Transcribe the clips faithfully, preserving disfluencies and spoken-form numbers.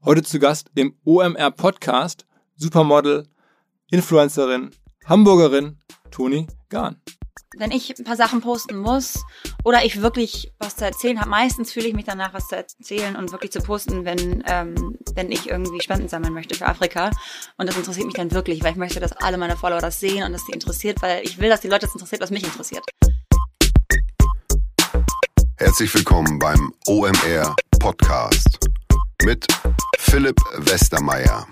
Heute zu Gast im O M R-Podcast Supermodel, Influencerin, Hamburgerin Toni Gahn. Wenn ich ein paar Sachen posten muss oder ich wirklich was zu erzählen habe, meistens fühle ich mich danach, was zu erzählen und wirklich zu posten, wenn, ähm, wenn ich irgendwie Spenden sammeln möchte für Afrika. Und das interessiert mich dann wirklich, weil ich möchte, dass alle meine Follower das sehen und dass sie interessiert, weil ich will, dass die Leute das interessiert, was mich interessiert. Herzlich willkommen beim O M R Podcast mit Philipp Westermeier.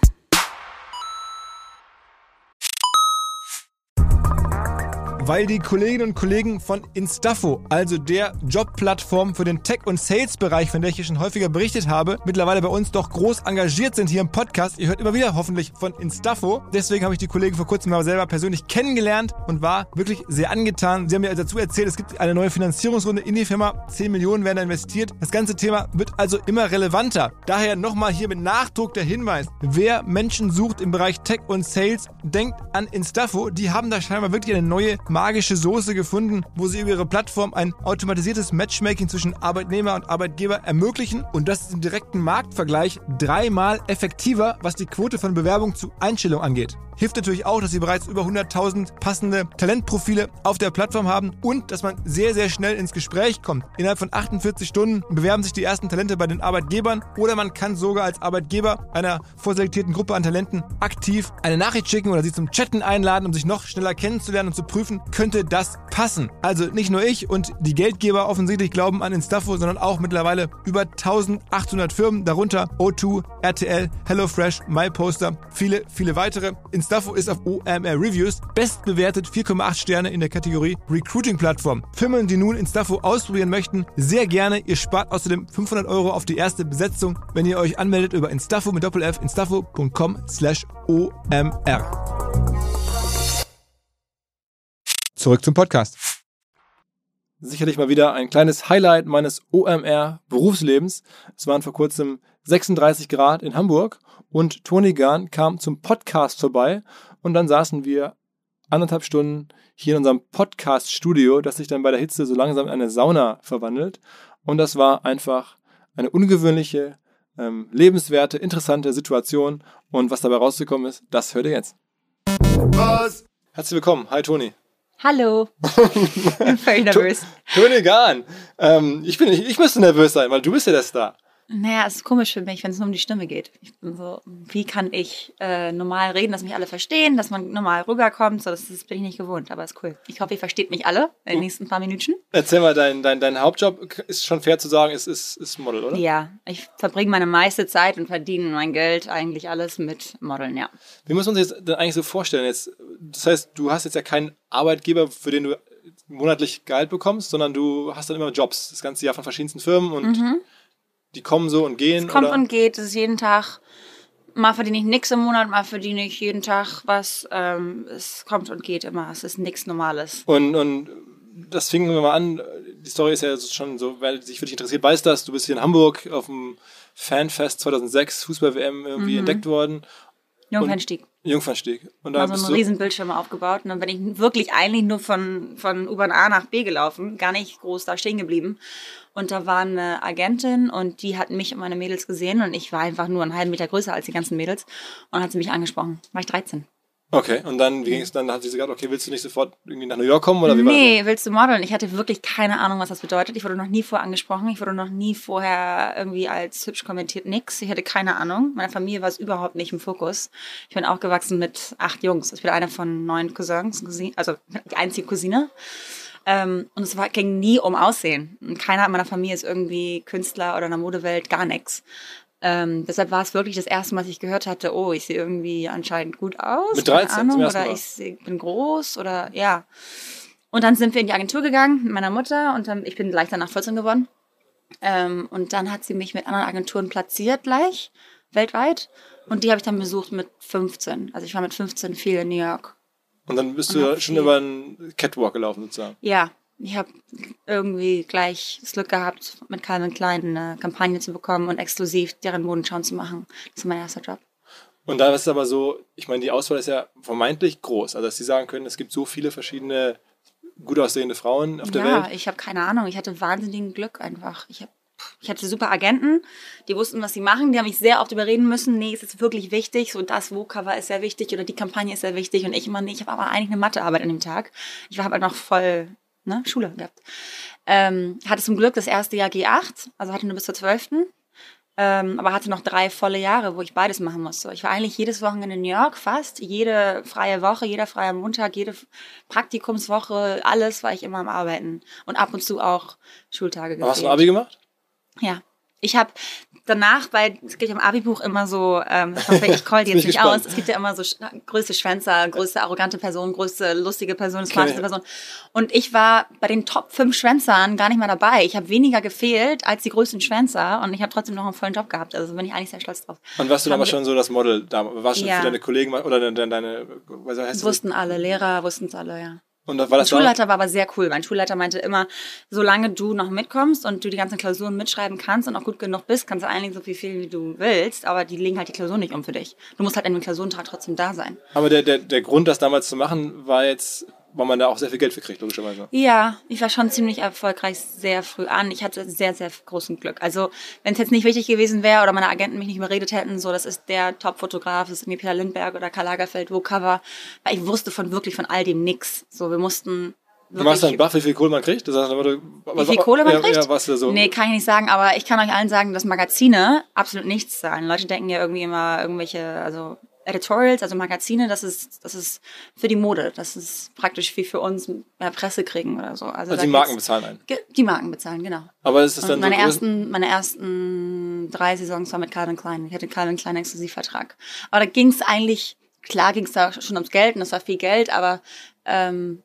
Weil die Kolleginnen und Kollegen von Instafo, also der Jobplattform für den Tech- und Sales-Bereich, von der ich hier schon häufiger berichtet habe, mittlerweile bei uns doch groß engagiert sind hier im Podcast. Ihr hört immer wieder hoffentlich von Instafo. Deswegen habe ich die Kollegen vor kurzem mal selber persönlich kennengelernt und war wirklich sehr angetan. Sie haben mir dazu erzählt, es gibt eine neue Finanzierungsrunde in die Firma. zehn Millionen werden da investiert. Das ganze Thema wird also immer relevanter. Daher nochmal hier mit Nachdruck der Hinweis. Wer Menschen sucht im Bereich Tech und Sales, denkt an Instafo. Die haben da scheinbar wirklich eine neue magische Soße gefunden, wo sie über ihre Plattform ein automatisiertes Matchmaking zwischen Arbeitnehmer und Arbeitgeber ermöglichen, und das ist im direkten Marktvergleich dreimal effektiver, was die Quote von Bewerbung zu Einstellung angeht. Hilft natürlich auch, dass sie bereits über hunderttausend passende Talentprofile auf der Plattform haben und dass man sehr, sehr schnell ins Gespräch kommt. Innerhalb von achtundvierzig Stunden bewerben sich die ersten Talente bei den Arbeitgebern, oder man kann sogar als Arbeitgeber einer vorselektierten Gruppe an Talenten aktiv eine Nachricht schicken oder sie zum Chatten einladen, um sich noch schneller kennenzulernen und zu prüfen, könnte das passen. Also nicht nur ich und die Geldgeber offensichtlich glauben an Instafo, sondern auch mittlerweile über eintausendachthundert Firmen, darunter O zwei, R T L, HelloFresh, MyPoster, viele, viele weitere. Instafo ist auf O M R Reviews bestbewertet, vier Komma acht Sterne in der Kategorie Recruiting-Plattform. Firmen, die nun Instafo ausprobieren möchten, sehr gerne. Ihr spart außerdem fünfhundert Euro auf die erste Besetzung, wenn ihr euch anmeldet über Instafo mit Doppel-F, instafo punkt com slash O M R. Zurück zum Podcast. Sicherlich mal wieder ein kleines Highlight meines O M R-Berufslebens. Es waren vor kurzem sechsunddreißig Grad in Hamburg und Toni Gahn kam zum Podcast vorbei und dann saßen wir anderthalb Stunden hier in unserem Podcast-Studio, das sich dann bei der Hitze so langsam in eine Sauna verwandelt, und das war einfach eine ungewöhnliche, ähm, lebenswerte, interessante Situation, und was dabei rausgekommen ist, das hört ihr jetzt. Was? Herzlich willkommen. Hi Toni. Hallo. Ich bin völlig nervös. Toni Gahn. Ähm, ich, bin, ich, ich müsste nervös sein, weil du bist ja der Star. Naja, es ist komisch für mich, wenn es nur um die Stimme geht. Ich bin so, wie kann ich äh, normal reden, dass mich alle verstehen, dass man normal rüberkommt? So, das, das bin ich nicht gewohnt, aber ist cool. Ich hoffe, ihr versteht mich alle in den nächsten paar Minuten. Erzähl mal, dein, dein, dein Hauptjob, ist schon fair zu sagen, ist, ist, ist Model, oder? Ja, ich verbringe meine meiste Zeit und verdiene mein Geld eigentlich alles mit Modeln, ja. Wie muss man sich das denn eigentlich so vorstellen? Jetzt, das heißt, du hast jetzt ja keinen Arbeitgeber, für den du monatlich Gehalt bekommst, sondern du hast dann immer Jobs, das ganze Jahr von verschiedensten Firmen, und mhm. die kommen so und gehen? Es kommt oder? und geht, es ist jeden Tag. Mal verdiene ich nichts im Monat, mal verdiene ich jeden Tag was. Ähm, es kommt und geht immer, es ist nichts Normales. Und, und das fingen wir mal an, die Story ist ja schon so, weil dich wirklich interessiert, weißt das, du bist hier in Hamburg auf dem Fanfest zweitausendsechs, Fußball-W M irgendwie mhm. entdeckt worden. Jungfernstieg. Jungfernstieg. Und da also einen riesen Bildschirm aufgebaut, und dann bin ich wirklich eigentlich nur von, von U-Bahn A nach B gelaufen, gar nicht groß da stehen geblieben. Und da war eine Agentin, und die hat mich und meine Mädels gesehen, und ich war einfach nur einen halben Meter größer als die ganzen Mädels, und hat sie mich angesprochen. War ich dreizehn. Okay, und dann, wie ging es dann? Hat sie gesagt, okay, willst du nicht sofort irgendwie nach New York kommen? Oder wie war nee, das? Willst du modeln? Ich hatte wirklich keine Ahnung, was das bedeutet. Ich wurde noch nie vorher angesprochen. Ich wurde noch nie vorher irgendwie als hübsch kommentiert. Nix. Ich hatte keine Ahnung. Meine Familie war es überhaupt nicht im Fokus. Ich bin aufgewachsen mit acht Jungs. Ich bin eine von neun Cousins, also die einzige Cousine. Ähm, und es war, ging nie um Aussehen. Und keiner in meiner Familie ist irgendwie Künstler oder in der Modewelt, gar nichts. Ähm, deshalb war es wirklich das erste Mal, dass ich gehört hatte, oh, ich sehe irgendwie anscheinend gut aus. Mit dreizehn Ahnung, zum ersten oder Mal. ich seh, bin groß oder ja. Und dann sind wir in die Agentur gegangen mit meiner Mutter, und dann, ich bin gleich danach vierzehn geworden. Ähm, und dann hat sie mich mit anderen Agenturen platziert gleich, weltweit. Und die habe ich dann besucht mit fünfzehn. Also ich war mit fünfzehn viel in New York. Und dann bist und du schon viel über einen Catwalk gelaufen sozusagen? Ja. Ich habe irgendwie gleich das Glück gehabt, mit Calvin Klein eine Kampagne zu bekommen und exklusiv deren Modenschauen zu machen. Das war mein erster Job. Und da ist es aber so, ich meine, die Auswahl ist ja vermeintlich groß. Also dass sie sagen können, es gibt so viele verschiedene gut aussehende Frauen auf der ja, Welt. Ja, ich habe keine Ahnung. Ich hatte wahnsinnigen Glück einfach. Ich habe ich hatte super Agenten, die wussten, was sie machen. Die haben mich sehr oft überreden müssen, nee, es ist wirklich wichtig, so das Vogue-Cover ist sehr wichtig oder die Kampagne ist sehr wichtig. Und ich immer, nee, ich habe aber eigentlich eine Mathearbeit an dem Tag. Ich habe halt noch voll ne, Schule gehabt. Ähm, hatte zum Glück das erste Jahr G acht, also hatte nur bis zur zwölften Ähm, aber hatte noch drei volle Jahre, wo ich beides machen musste. Ich war eigentlich jedes Wochenende in New York, fast. Jede freie Woche, jeder freie Montag, jede Praktikumswoche, alles war ich immer am Arbeiten. Und ab und zu auch Schultage gefehlt. Hast du ein Abi gemacht? Ja. Ich habe danach, bei, es gibt ja im Abi-Buch immer so, ähm, ich hoffe, ich call die jetzt nicht aus, es gibt ja immer so größte Schwänzer, größte arrogante Person, größte lustige Person, smarteste Person. Und ich war bei den Top fünf Schwänzern gar nicht mal dabei. Ich habe weniger gefehlt als die größten Schwänzer und ich habe trotzdem noch einen vollen Job gehabt. Also bin ich eigentlich sehr stolz drauf. Und warst du damals schon so das Model? Warst du ja. für deine Kollegen oder deine, deine was heißt das? Wussten alle, Lehrer wussten es alle, ja. Und das war das mein Schulleiter war aber sehr cool. Mein Schulleiter meinte immer, solange du noch mitkommst und du die ganzen Klausuren mitschreiben kannst und auch gut genug bist, kannst du eigentlich so viel fehlen, wie du willst, aber die legen halt die Klausuren nicht um für dich. Du musst halt an dem Klausurentag trotzdem da sein. Aber der, der, der Grund, das damals zu machen, war jetzt, weil man da auch sehr viel Geld für kriegt, logischerweise. Ja, ich war schon ziemlich erfolgreich sehr früh an. Ich hatte sehr, sehr großen Glück. Also, wenn es jetzt nicht wichtig gewesen wäre oder meine Agenten mich nicht überredet hätten, so, das ist der Top-Fotograf, das ist mir Peter Lindbergh oder Karl Lagerfeld, wo Cover, weil ich wusste von wirklich von all dem nix. So, wir mussten Du machst dann Buff, wie viel Kohle man kriegt? Das heißt, wie viel Kohle man ja, kriegt? Ja, was so. Nee, kann ich nicht sagen, aber ich kann euch allen sagen, dass Magazine absolut nichts zahlen. Leute denken ja irgendwie immer irgendwelche, also Editorials, also Magazine, das ist, das ist für die Mode. Das ist praktisch wie für uns mehr Presse kriegen oder so. Also, also die Marken bezahlen einen? Die Marken bezahlen, genau. Aber ist es dann Und meine so ersten, meine ersten drei Saisons war mit Calvin Klein. Ich hatte Calvin Klein Exklusivvertrag. Aber da ging es eigentlich, klar ging es da schon ums Geld und das war viel Geld, aber ähm,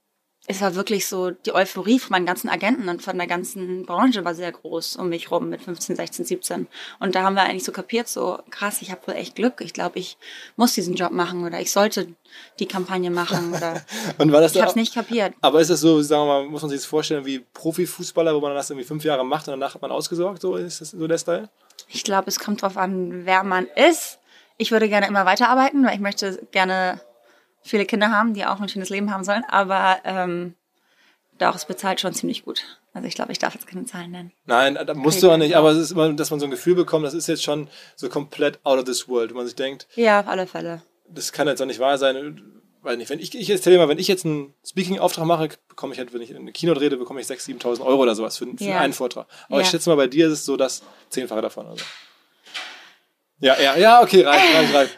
es war wirklich so, die Euphorie von meinen ganzen Agenten und von der ganzen Branche war sehr groß um mich rum mit fünfzehn, sechzehn, siebzehn. Und da haben wir eigentlich so kapiert, so krass, ich habe wohl echt Glück. Ich glaube, ich muss diesen Job machen oder ich sollte die Kampagne machen. Oder und war das ich habe es nicht kapiert. Aber ist das so, sagen wir mal, muss man sich das vorstellen wie Profifußballer, wo man das irgendwie fünf Jahre macht und danach hat man ausgesorgt? So ist das so der Style? Ich glaube, es kommt drauf an, wer man ist. Ich würde gerne immer weiterarbeiten, weil ich möchte gerne viele Kinder haben, die auch ein schönes Leben haben sollen, aber ähm, doch, es bezahlt schon ziemlich gut. Also ich glaube, ich darf jetzt keine Zahlen nennen. Nein, da musst du auch nicht, aber es ist immer, dass man so ein Gefühl bekommt, das ist jetzt schon so komplett out of this world, wo man sich denkt, ja, auf alle Fälle. Das kann jetzt auch nicht wahr sein, weil nicht, wenn ich, ich erzähle dir mal, wenn ich jetzt einen Speaking-Auftrag mache, bekomme ich halt, wenn ich in eine Keynote rede, bekomme ich sechstausend, siebentausend Euro oder sowas für, für ja. einen Vortrag. Aber ja. ich schätze mal, bei dir ist es so das Zehnfache davon. Also. Ja, ja, ja, okay, reicht, reicht, reicht.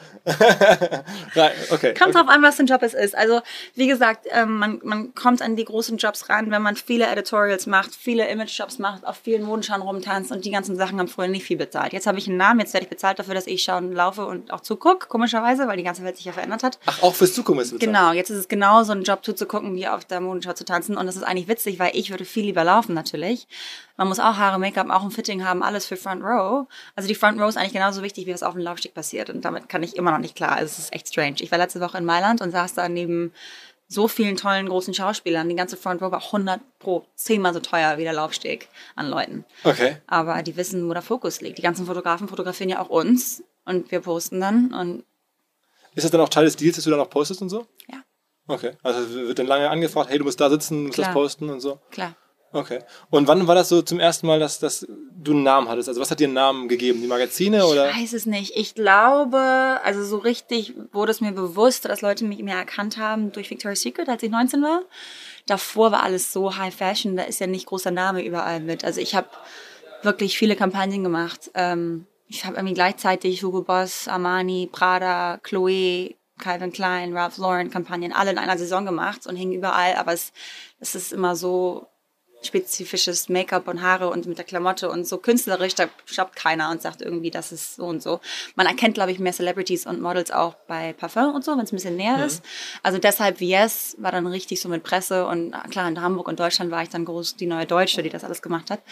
okay, kommt okay. drauf an, was für ein Job es ist. Also wie gesagt, ähm, man, man kommt an die großen Jobs ran, wenn man viele Editorials macht, viele Image-Jobs macht, auf vielen Modenschauen rumtanzt und die ganzen Sachen haben früher nicht viel bezahlt. Jetzt habe ich einen Namen, jetzt werde ich bezahlt dafür, dass ich schauen laufe und auch zugucke, komischerweise, weil die ganze Welt sich ja verändert hat. Ach, auch fürs Zugucken ist bezahlt? Genau, jetzt ist es genau so ein Job zuzugucken, wie auf der Modenschau zu tanzen und das ist eigentlich witzig, weil ich würde viel lieber laufen natürlich. Man muss auch Haare, Make-up, auch ein Fitting haben, alles für Front Row. Also die Front Row ist eigentlich genauso wichtig, wie was auf dem Laufsteg passiert. Und damit kann ich immer noch nicht klar. Also es ist echt strange. Ich war letzte Woche in Mailand und saß da neben so vielen tollen, großen Schauspielern. Die ganze Front Row war hundert pro zehnmal so teuer wie der Laufsteg an Leuten. Okay. Aber die wissen, wo der Fokus liegt. Die ganzen Fotografen fotografieren ja auch uns. Und wir posten dann. Und ist das dann auch Teil des Deals, dass du dann auch postest und so? Ja. Okay. Also wird dann lange angefragt, hey, du musst da sitzen, du musst Klar. das posten und so? Klar. Okay. Und wann war das so zum ersten Mal, dass, dass du einen Namen hattest? Also was hat dir einen Namen gegeben? Die Magazine oder? Ich weiß es nicht. Ich glaube, also so richtig wurde es mir bewusst, dass Leute mich mehr erkannt haben durch Victoria's Secret, als ich neunzehn war. Davor war alles so High Fashion, da ist ja nicht großer Name überall mit. Also ich habe wirklich viele Kampagnen gemacht. Ich habe irgendwie gleichzeitig Hugo Boss, Armani, Prada, Chloé, Calvin Klein, Ralph Lauren Kampagnen alle in einer Saison gemacht und hingen überall. Aber es, es ist immer so spezifisches Make-up und Haare und mit der Klamotte und so künstlerisch, da stoppt keiner und sagt irgendwie, das ist so und so. Man erkennt, glaube ich, mehr Celebrities und Models auch bei Parfum und so, wenn es ein bisschen näher mhm. ist. Also deshalb, V S war dann richtig so mit Presse und klar, in Hamburg und Deutschland war ich dann groß die neue Deutsche, die das alles gemacht hat.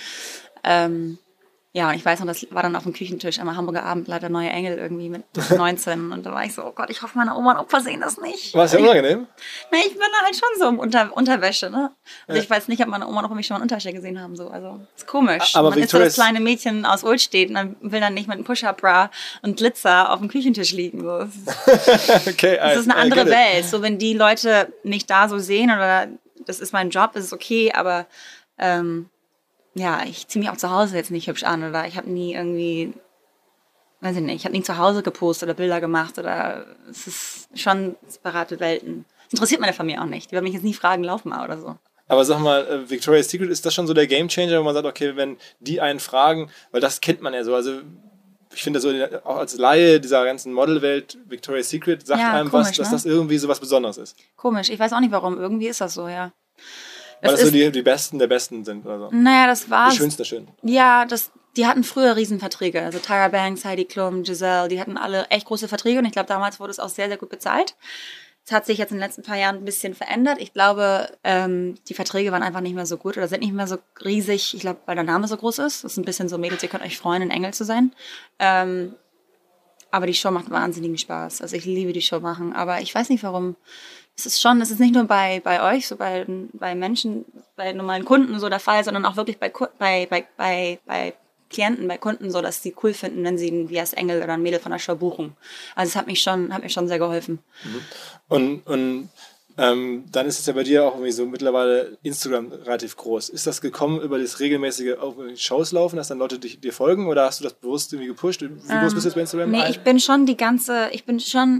Ähm, ja, und ich weiß noch, das war dann auf dem Küchentisch, einmal Hamburger Abendblatt, der neue Engel irgendwie mit neunzehn und da war ich so, oh Gott, ich hoffe, meine Oma und Opa sehen das nicht. War es ja unangenehm? Na, ich bin da halt schon so im Unter- Unterwäsche, ne? Also ja. Ich weiß nicht, ob meine Oma und Opa mich schon mal in Unterwäsche gesehen haben, so, also, ist komisch. Aber man ist so das kleine Mädchen aus Ulstedt und dann will dann nicht mit einem Push-Up-Bra und Glitzer auf dem Küchentisch liegen, so. Das ist, okay, das ist eine andere Welt, so, wenn die Leute nicht da so sehen oder das ist mein Job, ist es okay, aber, ähm, ja, ich ziehe mich auch zu Hause jetzt nicht hübsch an oder ich habe nie irgendwie, weiß ich nicht, ich habe nie zu Hause gepostet oder Bilder gemacht oder es ist schon separate Welten. Das interessiert meine Familie auch nicht. Die werden mich jetzt nie fragen, lauf mal oder so. Aber sag mal, Victoria's Secret, ist das schon so der Gamechanger, wenn man sagt, okay, wenn die einen fragen, weil das kennt man ja so, also ich finde so, auch als Laie dieser ganzen Modelwelt, Victoria's Secret sagt ja, einem komisch, was, dass ne? das irgendwie so was Besonderes ist. Komisch, ich weiß auch nicht warum, irgendwie ist das so, ja. Weil das, das so die, die Besten der Besten sind oder so. Naja, das war... Die Schönste schön. Ja, das, die hatten früher Riesenverträge, also Tyra Banks, Heidi Klum, Giselle, die hatten alle echt große Verträge und ich glaube, damals wurde es auch sehr, sehr gut bezahlt. Es hat sich jetzt in den letzten paar Jahren ein bisschen verändert. Ich glaube, ähm, die Verträge waren einfach nicht mehr so gut oder sind nicht mehr so riesig. Ich glaube, weil der Name so groß ist. Das ist ein bisschen so, Mädels, ihr könnt euch freuen, ein Engel zu sein. Ähm, aber die Show macht wahnsinnigen Spaß. Also ich liebe die Show machen. Aber ich weiß nicht, warum. Es ist schon, es ist nicht nur bei, bei euch, so bei, bei Menschen, bei normalen Kunden so der Fall, sondern auch wirklich bei, bei, bei, bei, bei Klienten, bei Kunden so, dass sie cool finden, wenn sie einen V S Engel oder ein Mädel von der Show buchen. Also es hat mich schon, hat mir schon sehr geholfen. Und, und ähm, dann ist es ja bei dir auch irgendwie so mittlerweile Instagram relativ groß. Ist das gekommen über das regelmäßige Shows laufen, dass dann Leute dich, dir folgen oder hast du das bewusst irgendwie gepusht? Wie groß ähm, bist du jetzt bei Instagram? Nee, ich bin schon die ganze, ich bin schon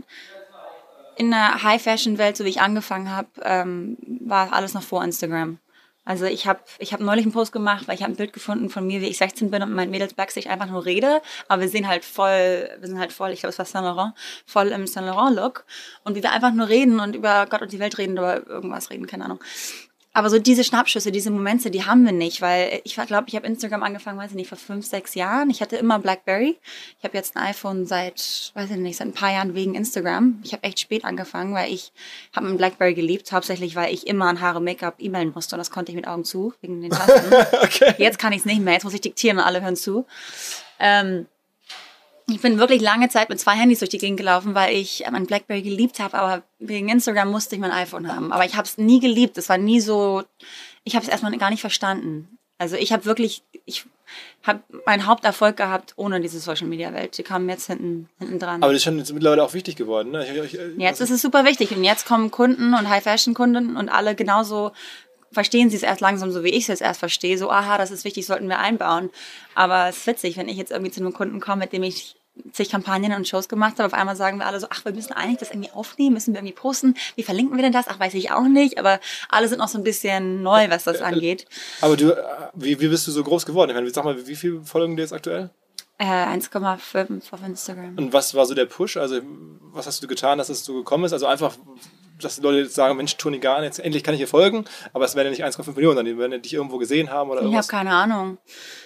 in der High-Fashion-Welt, so wie ich angefangen habe, ähm, war alles noch vor Instagram. Also ich habe ich hab neulich einen Post gemacht, weil ich habe ein Bild gefunden von mir, wie ich sechzehn bin und mit meinen Mädels Backstage einfach nur rede. Aber wir sehen halt voll, wir sind halt voll, ich glaube es war Saint Laurent, voll im Saint Laurent-Look. Und wie wir einfach nur reden und über Gott und die Welt reden oder irgendwas reden, keine Ahnung. Aber so diese Schnappschüsse, diese Momente, die haben wir nicht, weil ich glaube, ich habe Instagram angefangen, weiß ich nicht, vor fünf, sechs Jahren. Ich hatte immer Blackberry. Ich habe jetzt ein iPhone seit, weiß ich nicht, seit ein paar Jahren wegen Instagram. Ich habe echt spät angefangen, weil ich habe einen Blackberry geliebt, hauptsächlich, weil ich immer an Haare, Make-up e-mailen musste und das konnte ich mit Augen zu, wegen den Tasten. Okay. Jetzt kann ich es nicht mehr, jetzt muss ich diktieren und alle hören zu. Ähm, Ich bin wirklich lange Zeit mit zwei Handys durch die Gegend gelaufen, weil ich mein Blackberry geliebt habe, aber wegen Instagram musste ich mein iPhone haben. Aber ich habe es nie geliebt, es war nie so, ich habe es erstmal gar nicht verstanden. Also ich habe wirklich, ich habe meinen Haupterfolg gehabt ohne diese Social-Media-Welt. Die kamen jetzt hinten, hinten dran. Aber das ist schon jetzt mittlerweile auch wichtig geworden, ne? Ich, ich, ich, jetzt ist es super wichtig und jetzt kommen Kunden und High-Fashion-Kunden und alle genauso verstehen sie es erst langsam, so wie ich es jetzt erst verstehe. So, aha, das ist wichtig, sollten wir einbauen. Aber es ist witzig, wenn ich jetzt irgendwie zu einem Kunden komme, mit dem ich zig Kampagnen und Shows gemacht habe, auf einmal sagen wir alle so, ach, wir müssen eigentlich das irgendwie aufnehmen, müssen wir irgendwie posten. Wie verlinken wir denn das? Ach, weiß ich auch nicht. Aber alle sind noch so ein bisschen neu, was das angeht. Aber du, wie, wie bist du so groß geworden? Ich meine, sag mal, wie viel folgen dir jetzt aktuell? Äh, eins Komma fünf auf Instagram. Und was war so der Push? Also, was hast du getan, dass es so gekommen ist? Also einfach, dass die Leute jetzt sagen, Mensch, Toni Garn, jetzt endlich kann ich hier folgen, aber es werden ja nicht eins Komma fünf Millionen, sondern die werden dich irgendwo gesehen haben oder irgendwas. Ich habe keine Ahnung.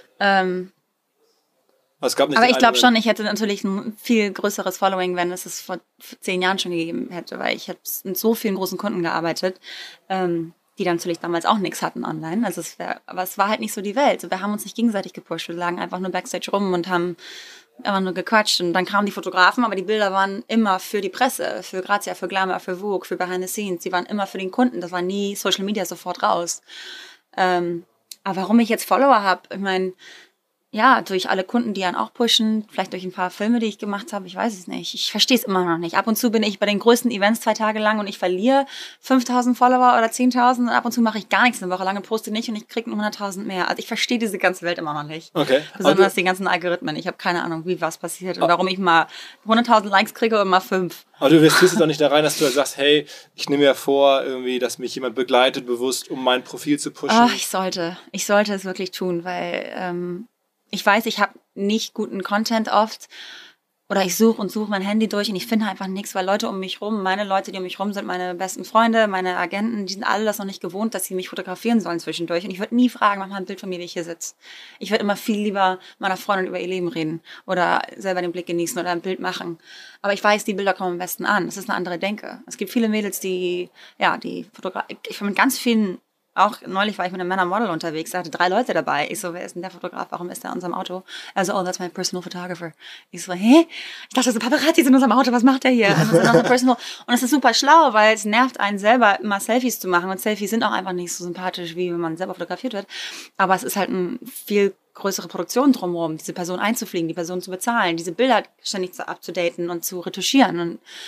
Ähm, also es gab nicht aber ich glaube schon, ich hätte natürlich ein viel größeres Following, wenn es es vor zehn Jahren schon gegeben hätte, weil ich habe mit so vielen großen Kunden gearbeitet, ähm, die dann natürlich damals auch nichts hatten online. Also es wär, aber es war halt nicht so die Welt. Wir haben uns nicht gegenseitig gepusht. Wir lagen einfach nur Backstage rum und haben einfach nur gequatscht. Und dann kamen die Fotografen, aber die Bilder waren immer für die Presse, für Grazia, für Glamour, für Vogue, für Behind the Scenes. Die waren immer für den Kunden. Das war nie Social Media sofort raus. Ähm, aber warum ich jetzt Follower habe, ich meine, ja, durch alle Kunden, die einen auch pushen, vielleicht durch ein paar Filme, die ich gemacht habe, ich weiß es nicht. Ich verstehe es immer noch nicht. Ab und zu bin ich bei den größten Events zwei Tage lang und ich verliere fünftausend Follower oder zehntausend und ab und zu mache ich gar nichts eine Woche lang und poste nicht und ich kriege hunderttausend mehr. Also ich verstehe diese ganze Welt immer noch nicht. Okay. Besonders die ganzen Algorithmen. Ich habe keine Ahnung, wie was passiert und warum ich mal hunderttausend Likes kriege und mal fünf. Aber du investierst jetzt auch nicht da rein, dass du sagst, hey, ich nehme mir vor, irgendwie, dass mich jemand begleitet, bewusst, um mein Profil zu pushen. Ach, ich sollte. Ich sollte es wirklich tun, weil ähm, ich weiß, ich habe nicht guten Content oft oder ich suche und suche mein Handy durch und ich finde einfach nichts, weil Leute um mich rum, meine Leute, die um mich rum sind, meine besten Freunde, meine Agenten, die sind alle das noch nicht gewohnt, dass sie mich fotografieren sollen zwischendurch. Und ich würde nie fragen, mach mal ein Bild von mir, wie ich hier sitze. Ich würde immer viel lieber meiner Freundin über ihr Leben reden oder selber den Blick genießen oder ein Bild machen. Aber ich weiß, die Bilder kommen am besten an. Das ist eine andere Denke. Es gibt viele Mädels, die, ja, die fotografieren. Ich bin mit ganz vielen. Auch neulich war ich mit einem Männermodel unterwegs, da hatte drei Leute dabei. Ich so, wer ist denn der Fotograf? Warum ist der in unserem Auto? Also, oh, that's my personal photographer. Ich so, hä? Ich dachte, so Paparazzi sind in unserem Auto, was macht der hier? Also, das ist personal. Und es ist super schlau, weil es nervt einen selber, immer Selfies zu machen. Und Selfies sind auch einfach nicht so sympathisch, wie wenn man selber fotografiert wird. Aber es ist halt ein viel größere Produktion drumherum, diese Person einzufliegen, die Person zu bezahlen, diese Bilder ständig zu up-to-daten und zu retuschieren. Und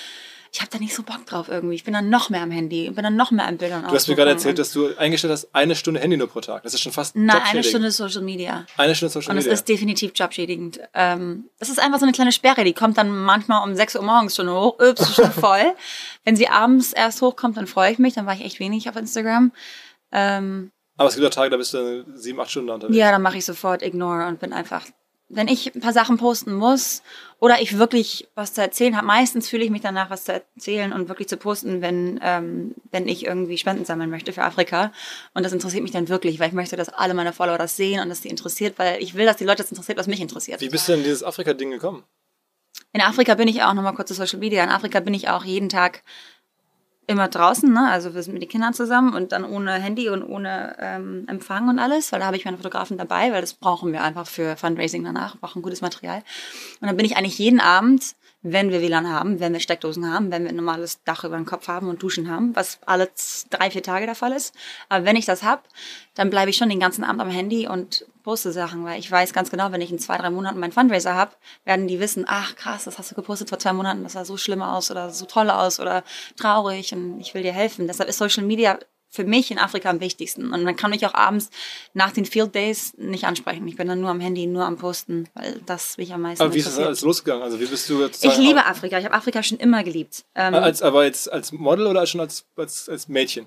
ich habe da nicht so Bock drauf irgendwie. Ich bin dann noch mehr am Handy, bin dann noch mehr am Bildern. Du hast mir gerade erzählt, dass du eingestellt hast, eine Stunde Handy nur pro Tag. Das ist schon fast Nein, eine Stunde Social Media. Eine Stunde Social Media. Und es ist definitiv jobschädigend. Ähm, das ist einfach so eine kleine Sperre, die kommt dann manchmal um sechs Uhr morgens schon hoch, ups, ist schon voll. Wenn sie abends erst hochkommt, dann freue ich mich, dann war ich echt wenig auf Instagram. Ähm, Aber es gibt auch Tage, da bist du sieben, acht Stunden unterwegs. Ja, dann mache ich sofort Ignore und bin einfach... Wenn ich ein paar Sachen posten muss oder ich wirklich was zu erzählen habe, meistens fühle ich mich danach, was zu erzählen und wirklich zu posten, wenn ähm, wenn ich irgendwie Spenden sammeln möchte für Afrika. Und das interessiert mich dann wirklich, weil ich möchte, dass alle meine Follower das sehen und dass die interessiert, weil ich will, dass die Leute das interessiert, was mich interessiert. Wie bist du denn in dieses Afrika-Ding gekommen? In Afrika bin ich auch, nochmal kurz zu Social Media, in Afrika bin ich auch jeden Tag immer draußen, ne? Also wir sind mit den Kindern zusammen und dann ohne Handy und ohne ähm, Empfang und alles, weil da habe ich meine Fotografen dabei, weil das brauchen wir einfach für Fundraising danach, wir brauchen gutes Material. Und dann bin ich eigentlich jeden Abend, wenn wir W L A N haben, wenn wir Steckdosen haben, wenn wir ein normales Dach über dem Kopf haben und Duschen haben, was alle drei, vier Tage der Fall ist. Aber wenn ich das hab, dann bleibe ich schon den ganzen Abend am Handy und poste Sachen, weil ich weiß ganz genau, wenn ich in zwei, drei Monaten meinen Fundraiser habe, werden die wissen, ach krass, das hast du gepostet vor zwei Monaten, das sah so schlimm aus oder so toll aus oder traurig und ich will dir helfen. Deshalb ist Social Media für mich in Afrika am wichtigsten. Und man kann mich auch abends nach den Field Days nicht ansprechen. Ich bin dann nur am Handy, nur am Posten, weil das mich am meisten Aber wie ist das alles losgegangen? Also wie bist du jetzt? Ich liebe Afrika. Ich habe Afrika schon immer geliebt. Ähm, als, aber jetzt als Model oder schon als, als, als Mädchen?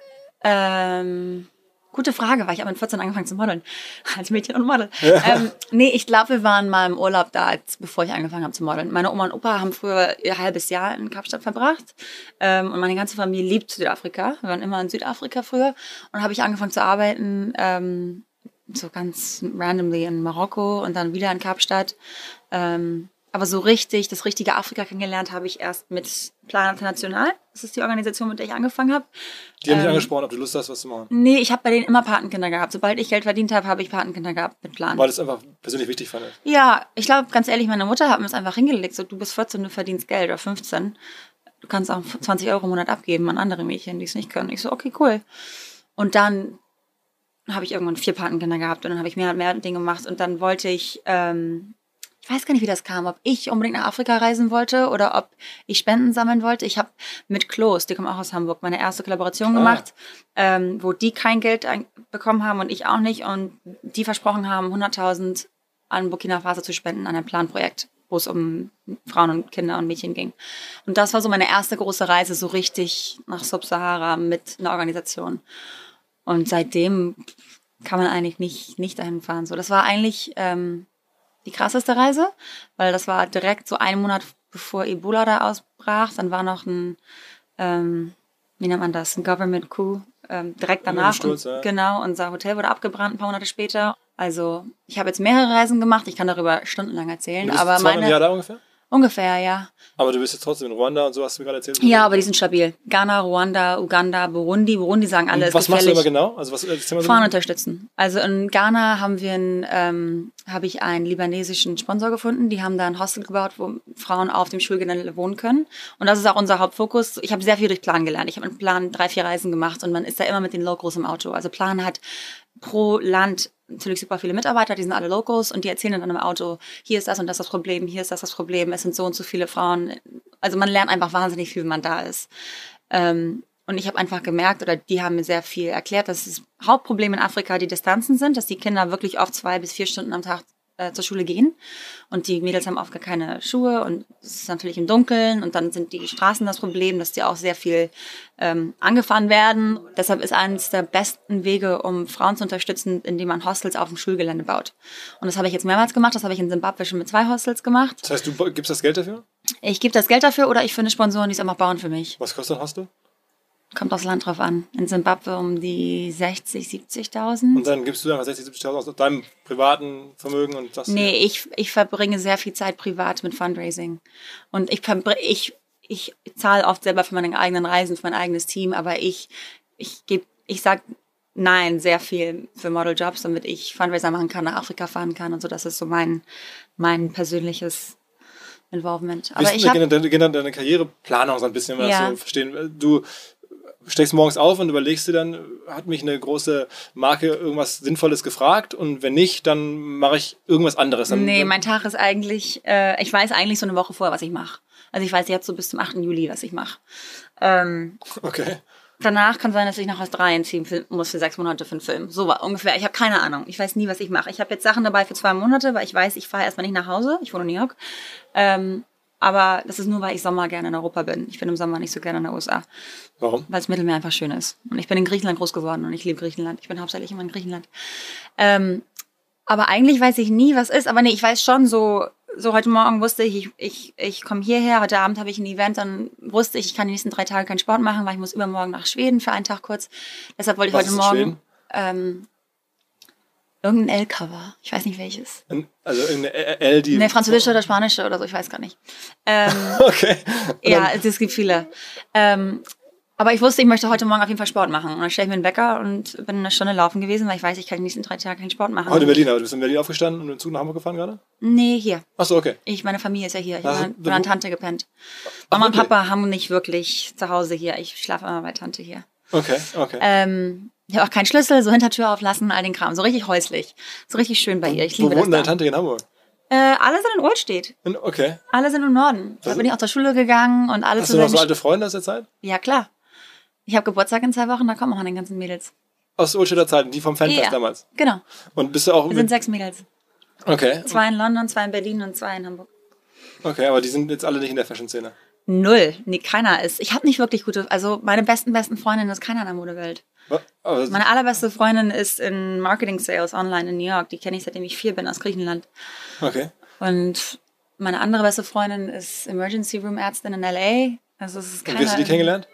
Ähm, gute Frage, weil ich habe mit vierzehn angefangen zu modeln. Als Mädchen und Model. ähm, nee, ich glaube, wir waren mal im Urlaub da, als, bevor ich angefangen habe zu modeln. Meine Oma und Opa haben früher ihr halbes Jahr in Kapstadt verbracht. Ähm, und meine ganze Familie liebt Südafrika. Wir waren immer in Südafrika früher. Und habe ich angefangen zu arbeiten, ähm, so ganz randomly in Marokko und dann wieder in Kapstadt. Ähm, aber so richtig, das richtige Afrika kennengelernt habe ich erst mit Plan International. Das ist die Organisation, mit der ich angefangen habe. Die haben ähm, dich angesprochen, ob du Lust hast, was zu machen. Nee, ich habe bei denen immer Patenkinder gehabt. Sobald ich Geld verdient habe, habe ich Patenkinder gehabt mit Plan. Weil das einfach persönlich wichtig fand. Ja, ich glaube, ganz ehrlich, meine Mutter hat mir das einfach hingelegt. So, du bist vierzehn, du verdienst Geld oder fünfzehn. Du kannst auch zwanzig Euro im Monat abgeben an andere Mädchen, die es nicht können. Ich so, okay, cool. Und dann habe ich irgendwann vier Patenkinder gehabt und dann habe ich mehr und mehr Dinge gemacht. Und dann wollte ich... Ähm, Ich weiß gar nicht, wie das kam, ob ich unbedingt nach Afrika reisen wollte oder ob ich Spenden sammeln wollte. Ich habe mit Klos, die kommen auch aus Hamburg, meine erste Kollaboration ah. gemacht, ähm, wo die kein Geld bekommen haben und ich auch nicht. Und die versprochen haben, hunderttausend an Burkina Faso zu spenden an ein Planprojekt, wo es um Frauen und Kinder und Mädchen ging. Und das war so meine erste große Reise, so richtig nach Sub-Sahara mit einer Organisation. Und seitdem kann man eigentlich nicht, nicht dahin fahren. So, das war eigentlich... Ähm, die krasseste Reise, weil das war direkt so einen Monat bevor Ebola da ausbrach. Dann war noch ein, ähm, wie nennt man das, ein Government Coup ähm, direkt danach. Sturz, und, ja. Genau, unser Hotel wurde abgebrannt ein paar Monate später. Also ich habe jetzt mehrere Reisen gemacht. Ich kann darüber stundenlang erzählen. Du bist aber zweimal meine im Jahr da ungefähr? Ungefähr, ja. Aber du bist jetzt trotzdem in Ruanda und so, hast du mir gerade erzählt. Ja, aber die sind stabil. Ghana, Ruanda, Uganda, Burundi. Burundi sagen alle, und es was ist gefährlich. machst du immer genau? Also was, erzähl mal so. Frauen unterstützen. Also in Ghana haben wir einen, ähm, habe ich einen libanesischen Sponsor gefunden. Die haben da ein Hostel gebaut, wo Frauen auf dem Schulgelände wohnen können. Und das ist auch unser Hauptfokus. Ich habe sehr viel durch Plan gelernt. Ich habe mit Plan drei, vier Reisen gemacht und man ist da immer mit den Locals im Auto. Also Plan hat pro Land natürlich super viele Mitarbeiter, die sind alle Locals und die erzählen dann im Auto, hier ist das und das das Problem, hier ist das das Problem, es sind so und so viele Frauen. Also man lernt einfach wahnsinnig viel, wenn man da ist. Ähm, und ich habe einfach gemerkt, oder die haben mir sehr viel erklärt, dass das Hauptproblem in Afrika die Distanzen sind, dass die Kinder wirklich oft zwei bis vier Stunden am Tag äh, zur Schule gehen und die Mädels haben oft gar keine Schuhe und es ist natürlich im Dunkeln und dann sind die Straßen das Problem, dass die auch sehr viel ähm, angefahren werden. Deshalb ist eines der besten Wege, um Frauen zu unterstützen, indem man Hostels auf dem Schulgelände baut. Und das habe ich jetzt mehrmals gemacht, das habe ich in Simbabwe schon mit zwei Hostels gemacht. Das heißt, du gibst das Geld dafür? Ich gebe das Geld dafür oder ich finde Sponsoren, die es einfach bauen für mich. Was kostet ein Hostel? Kommt aufs Land drauf an. In Simbabwe um die sechzig, siebzigtausend. Und dann gibst du einfach sechzig, siebzigtausend aus deinem privaten Vermögen und das? Nee, ich, ich verbringe sehr viel Zeit privat mit Fundraising. Und ich, ich, ich zahle oft selber für meine eigenen Reisen, für mein eigenes Team, aber ich, ich gebe, ich sag nein, sehr viel für Modeljobs, damit ich Fundraiser machen kann, nach Afrika fahren kann und so. Das ist so mein, mein persönliches Involvement. Aber ich habe deine, deine Karriereplanung so ein bisschen, wenn wir ja. das so verstehen. Du steckst morgens auf und überlegst dir dann, hat mich eine große Marke irgendwas Sinnvolles gefragt und wenn nicht, dann mache ich irgendwas anderes. Dann, nee, mein Tag ist eigentlich, äh, ich weiß eigentlich so eine Woche vorher, was ich mache. Also ich weiß jetzt so bis zum achten Juli, was ich mache. Ähm, okay. Danach kann sein, dass ich nach Australien ziehen muss für sechs Monate für einen Film. So war ungefähr. Ich habe keine Ahnung. Ich weiß nie, was ich mache. Ich habe jetzt Sachen dabei für zwei Monate, weil ich weiß, ich fahre erstmal nicht nach Hause. Ich wohne in New York. Ähm, aber das ist nur, weil ich Sommer gerne in Europa bin. Ich bin im Sommer nicht so gerne in den U S A. Warum? Weil das Mittelmeer einfach schön ist. Und ich bin in Griechenland groß geworden und ich liebe Griechenland. Ich bin hauptsächlich immer in Griechenland. Ähm, aber eigentlich weiß ich nie, was ist. Aber nee, ich weiß schon so... So, heute Morgen wusste ich, ich, ich, ich komme hierher, heute Abend habe ich ein Event, dann wusste ich, ich kann die nächsten drei Tage keinen Sport machen, weil ich muss übermorgen nach Schweden für einen Tag kurz. Deshalb wollte ich Was heute ist Morgen ähm, irgendein L-Cover, ich weiß nicht welches. Also irgendeine L, die... Ne, französische oder spanische oder so, ich weiß gar nicht. Ähm, okay. ja, es gibt viele. Ähm, aber ich wusste, ich möchte heute Morgen auf jeden Fall Sport machen. Und dann stelle ich mir einen Wecker und bin eine Stunde laufen gewesen, weil ich weiß, ich kann die nächsten drei Tage keinen Sport machen. Heute in Berlin, aber du bist in Berlin aufgestanden und mit dem Zug nach Hamburg gefahren gerade? Nee, hier. Ach so, okay. Ich, meine Familie ist ja hier. Ich Ach, habe bei einer Tante gepennt. Ach, Mama und wirklich? Papa haben nicht wirklich zu Hause hier. Ich schlafe immer bei Tante hier. Okay, okay. Ähm, ich habe auch keinen Schlüssel, so Hintertür auflassen, all den Kram. So richtig häuslich. So richtig schön bei ihr. Ich liebe Wo das wohnt deine da. Tante in Hamburg? Äh, alle sind in Ohlstedt. In, okay. Alle sind im Norden. Da Was? bin ich auch zur Schule gegangen und alle Hast du noch zusammen. so alte Freunde aus der Zeit? Ja, klar. Ich habe Geburtstag in zwei Wochen, da kommen auch den ganzen Mädels. Aus Ulstädter Zeiten, die vom Fanfest Ja. damals. Genau. Und bist du auch Wir mit... sind sechs Mädels. Okay, Zwei in London, zwei in Berlin und zwei in Hamburg. okay, aber die sind jetzt alle nicht in der Fashion-Szene. Null. Nee, keiner ist. Ich habe nicht wirklich gute... Also meine besten, besten Freundinnen ist keiner in der Modewelt. Was? Aber Meine allerbeste Freundin ist in Marketing Sales online in New York. Die kenne ich, seitdem ich vier bin, aus Griechenland. okay. Und meine andere beste Freundin ist Emergency Room Ärztin in L A. Also es ist Und keiner... wie hast du die kennengelernt?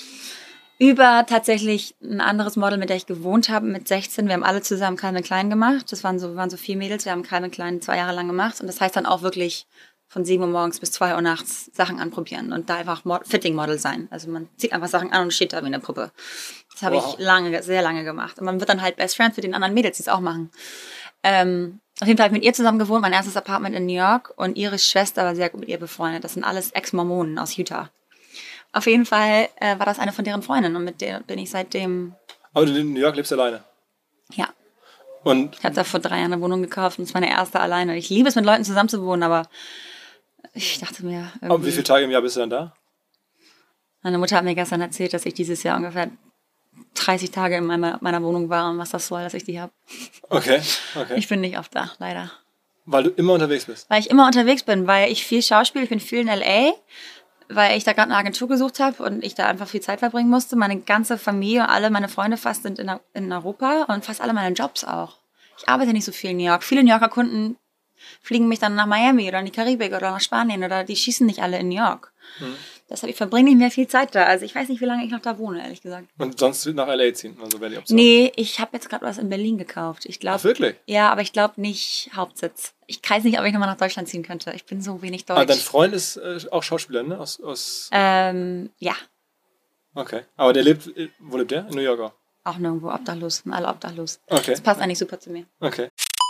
Über tatsächlich ein anderes Model, mit der ich gewohnt habe, mit sechzehn. Wir haben alle zusammen Calvin Klein gemacht. Das waren so, waren so vier Mädels. Wir haben Calvin Klein zwei Jahre lang gemacht. Und das heißt dann auch wirklich von sieben Uhr morgens bis zwei Uhr nachts Sachen anprobieren und da einfach Mod- Fitting-Model sein. Also man zieht einfach Sachen an und steht da wie eine Puppe. Das habe Wow. ich lange, sehr lange gemacht. Und man wird dann halt Best Friends mit den anderen Mädels, die es auch machen. Ähm, auf jeden Fall habe ich mit ihr zusammen gewohnt, mein erstes Apartment in New York. Und ihre Schwester war sehr gut mit ihr befreundet. Das sind alles Ex-Mormonen aus Utah. Auf jeden Fall äh, war das eine von deren Freundinnen und mit der bin ich seitdem, Aber du in New York lebst alleine. ja. Und Ich habe da vor drei Jahren eine Wohnung gekauft und es war meine erste alleine. Ich liebe es, mit Leuten zusammen zu wohnen, aber ich dachte mir aber wie irgendwie... viele Tage im Jahr bist du dann da? Meine Mutter hat mir gestern erzählt, dass ich dieses Jahr ungefähr dreißig Tage in meiner, meiner Wohnung war und was das soll, dass ich die habe. Okay, okay. Ich bin nicht oft da, leider. Weil du immer unterwegs bist. Weil ich immer unterwegs bin, weil ich viel Schauspiel, ich bin viel in L A, weil ich da gerade eine Agentur gesucht habe und ich da einfach viel Zeit verbringen musste. Meine ganze Familie, alle meine Freunde fast sind in, in Europa und fast alle meine Jobs auch. Ich arbeite nicht so viel in New York. Viele New Yorker Kunden fliegen mich dann nach Miami oder in die Karibik oder nach Spanien oder die schießen nicht alle in New York. Mhm. Deshalb, ich verbringe nicht mehr viel Zeit da. Also ich weiß nicht, wie lange ich noch da wohne, ehrlich gesagt. Und sonst nach L A ziehen, also wäre die Option. Nee, ich habe jetzt gerade was in Berlin gekauft. Ich Ach, glaube, wirklich? ja, aber ich glaube nicht Hauptsitz. Ich weiß nicht, ob ich nochmal nach Deutschland ziehen könnte. Ich bin so wenig Ah, deutsch. dein Freund ist äh, auch Schauspieler, ne? Aus, aus ähm, ja, Okay. Aber der lebt, äh, wo lebt der? In New York auch? auch nirgendwo obdachlos. Sind alle obdachlos. Okay, Das passt eigentlich super zu mir. okay.